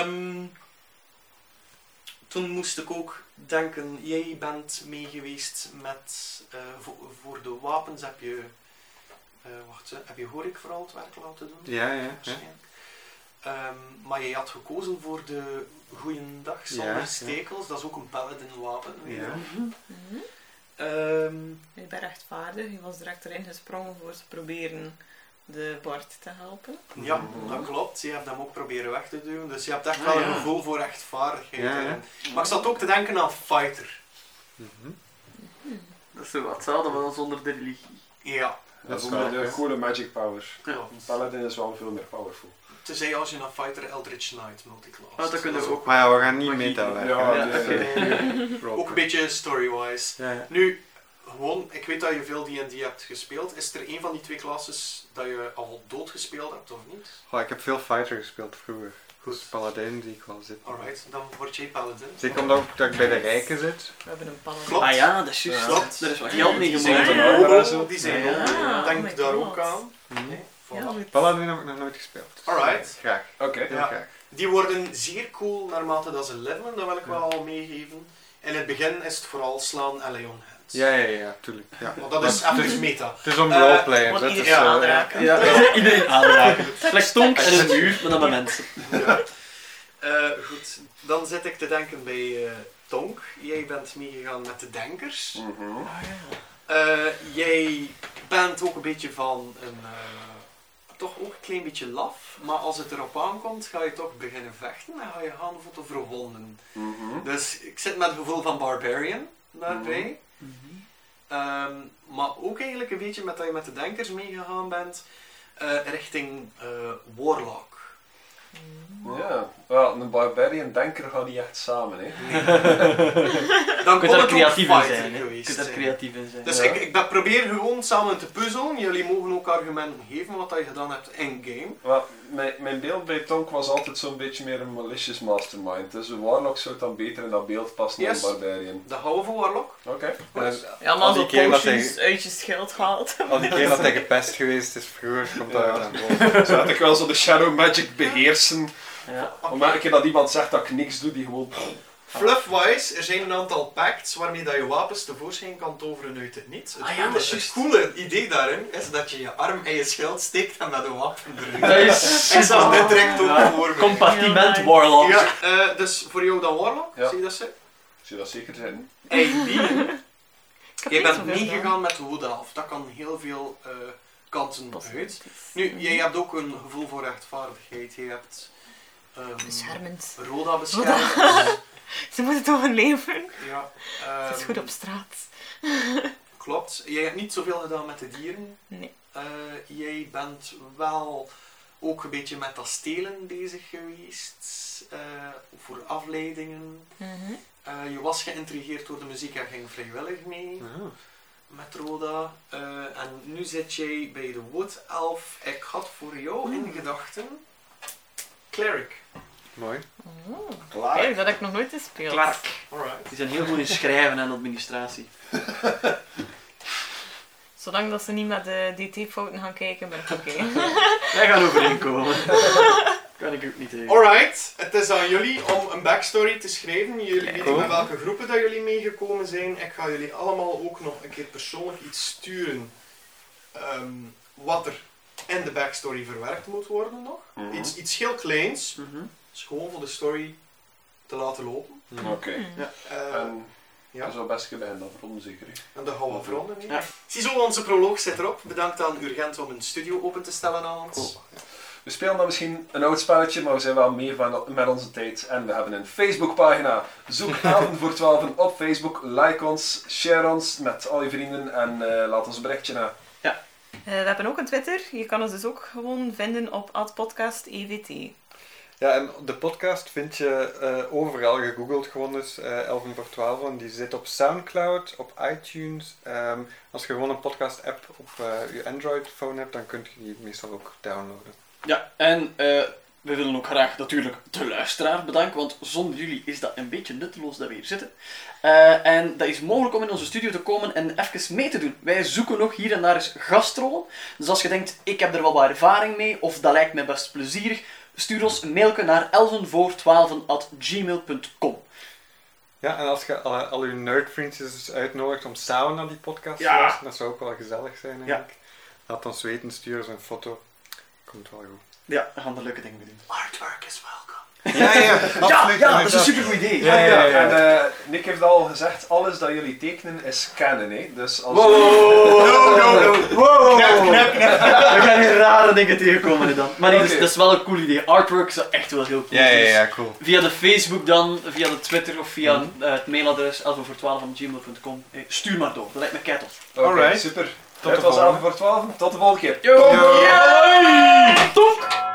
S4: Toen moest ik ook denken, jij bent mee geweest met, voor de wapens heb je, heb je Horik vooral het werk laten doen?
S3: Ja, ja, ja.
S4: Waarschijnlijk. Maar jij had gekozen voor de Goeiedag zonder
S3: Ja, ja.
S4: stekels, dat is ook een paladin wapen.
S3: Ja.
S6: Je bent rechtvaardig. Je was direct erin gesprongen voor te proberen de Bart te helpen.
S4: Ja, dat klopt. Je hebt hem ook proberen weg te duwen, dus je hebt echt
S5: Ah,
S4: wel
S5: ja.
S4: een gevoel voor rechtvaardigheid.
S3: Ja, ja.
S4: erin. Maar ik zat ook te denken aan fighter.
S5: Dat is zo wat hetzelfde, maar dan zonder de religie.
S4: Ja,
S2: Dat is
S3: is
S2: wel
S3: waar,
S2: de
S3: ja.
S2: coole magic power.
S5: Ja.
S2: Een paladin is wel veel meer powerful.
S4: tenzij als je een fighter Eldritch Knight multiclass.
S5: Oh, dat kunnen we
S4: is
S5: ook.
S3: Maar ja, we gaan niet
S5: Magie.
S3: meta leggen.
S2: Ja,
S3: hè.
S2: nee.
S4: Ook een beetje story-wise.
S3: Ja, ja.
S4: Nu, gewoon, ik weet dat je veel D&D hebt gespeeld. Is er een van die twee classes dat je al doodgespeeld hebt of niet?
S3: Goh, ik heb veel fighter gespeeld vroeger.
S4: Goed.
S3: Dus paladin zie ik wel zitten.
S4: Alright, dan word jij paladin.
S3: Zeker omdat ook dat ik bij de rijken zit.
S6: We hebben een paladin.
S4: Klopt.
S5: Ah ja, dat is juist.
S2: Ja.
S4: Klopt.
S5: Er is wat geld mee
S4: Die
S5: gemoeid.
S4: zijn
S6: Ja.
S4: noble,
S2: en zo.
S4: die zijn
S5: Ja.
S4: noble.
S6: Ah,
S4: Denk
S6: oh my
S4: daar
S6: God.
S4: ook aan.
S3: Mhm.
S4: Nee,
S6: Ja,
S4: voilà.
S6: goed.
S3: Paladin heb ik nog nooit gespeeld. Dus
S4: Alright.
S3: Graag.
S2: Oké.
S3: Heel
S4: Ja.
S3: graag.
S4: Die worden zeer cool naarmate dat ze levelen, dat wil ik wel al meegeven. In het begin is het vooral slaan en Leon Hands.
S3: Ja, tuurlijk. Ja.
S4: Want dat is even meta.
S3: Het is om
S4: Eh,
S3: roleplayen.
S6: Want
S3: dat is,
S6: iedereen
S3: ja.
S6: aanraken.
S5: Ja, iedereen aanraken. Slechts stonk en een muur, maar dan bij mensen.
S4: Goed, dan zit ik te denken bij Tonk. Jij bent meegegaan met de Denkers. Jij bent ook een beetje van een... toch ook een klein beetje laf, maar als het erop aankomt, ga je toch beginnen vechten en ga je gaan voor te verwonden. Dus ik zit met het gevoel van Barbarian daarbij. Maar ook eigenlijk een beetje met dat je met de Denkers meegegaan bent richting Warlock.
S2: Ja, wel, een barbarian denker gaat niet echt samen, hè.
S4: Dan
S5: Je kunt
S4: kon
S5: er
S4: het ook
S5: creatief in
S4: fighter
S5: zijn. Je
S4: geweest
S5: kunt er
S4: zijn.
S5: creatief in zijn.
S4: Dus
S2: Ja.
S4: ik probeer gewoon samen te puzzelen. Jullie mogen ook argumenten geven wat je gedaan hebt in game.
S2: Wel, mijn beeld bij Tonk was altijd zo'n beetje meer een malicious mastermind. Dus een warlock zou dan beter in dat beeld passen
S4: Yes.
S2: dan een barbarian.
S4: De halve warlock.
S2: Oké.
S6: Ja, maar
S3: Al die
S6: als
S3: keer
S6: je
S3: dat
S6: potions uit je schild haalt.
S3: Al die keer dat hij gepest geweest is vroeger, komt dat
S2: Ja.
S3: uit aan bod.
S2: Zou ik wel zo de shadow magic beheersen.
S5: Ja.
S2: Op een keer dat iemand zegt dat ik niks doe, die gewoon...
S4: Fluff-wise, er zijn een aantal pacts waarmee dat je wapens tevoorschijn kan toveren uit het niets.
S5: Ah ja, dat is juist.
S4: Het coole idee daarin is dat je je arm in je schild steekt en met een wapen eruit.
S5: Dat is
S4: Ik zag dit direct ook
S5: Ja.
S4: voor me.
S5: Compartiment
S6: Ja,
S5: Warlock.
S4: Ja, dus voor jou dan warlock,
S2: Ja.
S4: zie je dat zo?
S2: Zou dat zeker zijn?
S4: AB,
S6: Ik
S4: jij bent meegegaan met de Woede af. Dat kan heel veel kanten uit. Nu, jij hebt ook een gevoel voor rechtvaardigheid. Je hebt
S6: Beschermend.
S4: Roda beschermd.
S6: Ze moeten het overleven.
S4: Ja,
S6: Het is goed op straat.
S4: klopt. Jij hebt niet zoveel gedaan met de dieren.
S6: Nee.
S4: Jij bent wel ook een beetje met dat stelen bezig geweest. Voor afleidingen. Je was geïntrigeerd door de muziek en ging vrijwillig mee met Roda. En nu zit jij bij de Wood Elf. Ik had voor jou in gedachten Cleric.
S3: Mooi.
S6: Kijk, dat heb ik nog nooit gespeeld.
S5: Clark.
S4: Alright.
S5: Die zijn heel goed in schrijven en administratie.
S6: Zolang dat ze niet met de DT-fouten gaan kijken, ben ik oké.
S5: Wij gaan overeenkomen. Kan ik ook niet tegen.
S4: Alright, het is aan jullie om een backstory te schrijven. Jullie weten
S3: Cool.
S4: met welke groepen dat jullie meegekomen zijn. Ik ga jullie allemaal ook nog een keer persoonlijk iets sturen. Wat er in de backstory verwerkt moet worden nog. Iets heel kleins. Dus gewoon voor de story te laten lopen.
S2: Oké. En
S4: Ja.
S2: dat zou best kunnen beginnen afronden, zeker. Hè?
S4: En dan gaan we afronden.
S5: Ja.
S4: Ziezo, onze proloog zit erop. Bedankt aan Urgent om een studio open te stellen aan ons.
S2: Cool. We spelen dan misschien een oud spelletje, maar we zijn wel mee met onze tijd. En we hebben een Facebookpagina. Zoek 11 voor 12 op Facebook. Like ons, share ons met al je vrienden en laat ons een berichtje na.
S6: We hebben ook een Twitter. Je kan ons dus ook gewoon vinden op @podcastevt.
S3: Ja, en de podcast vind je overal gegoogeld gewoon dus 11 voor 12. En die zit op Soundcloud, op iTunes. Als je gewoon een podcast app op je Android phone hebt, dan kun je die meestal ook downloaden.
S5: Ja, en we willen ook graag natuurlijk de luisteraar bedanken, want zonder jullie is dat een beetje nutteloos dat we hier zitten. En dat is mogelijk om in onze studio te komen en even mee te doen. Wij zoeken nog hier en daar eens gastrollen. Dus als je denkt, ik heb er wel wat ervaring mee, of dat lijkt mij best plezierig, stuur ons een mailje naar 11voor12@gmail.com.
S3: Ja, en als je al je nerdvriendjes uitnodigt om samen naar die podcast te
S5: Ja.
S3: luisteren, dat zou ook wel gezellig zijn eigenlijk. Laat ons weten, stuur eens een foto. Komt wel goed.
S5: Ja, we gaan er leuke dingen mee doen.
S4: Artwork is welcome.
S5: Ja, dat is een supergoed idee.
S2: Ja. En Nick heeft al gezegd, alles dat jullie tekenen is canon, hè. Dus als
S5: We gaan hier rare dingen tegenkomen dan. Maar nee,
S2: Oké.
S5: dat is wel een cool idee. Artwork is echt wel heel cool. Dus
S3: cool.
S5: via de Facebook dan, via de Twitter of via het mailadres 11voor12@gmail.com. Stuur maar door, dat lijkt me keitof.
S2: Oké,
S3: Alright.
S2: super.
S3: Tot
S2: Het
S3: de
S2: was
S3: volgende.
S2: 11 voor 12. Tot de volgende keer.
S5: Yo! Tonk!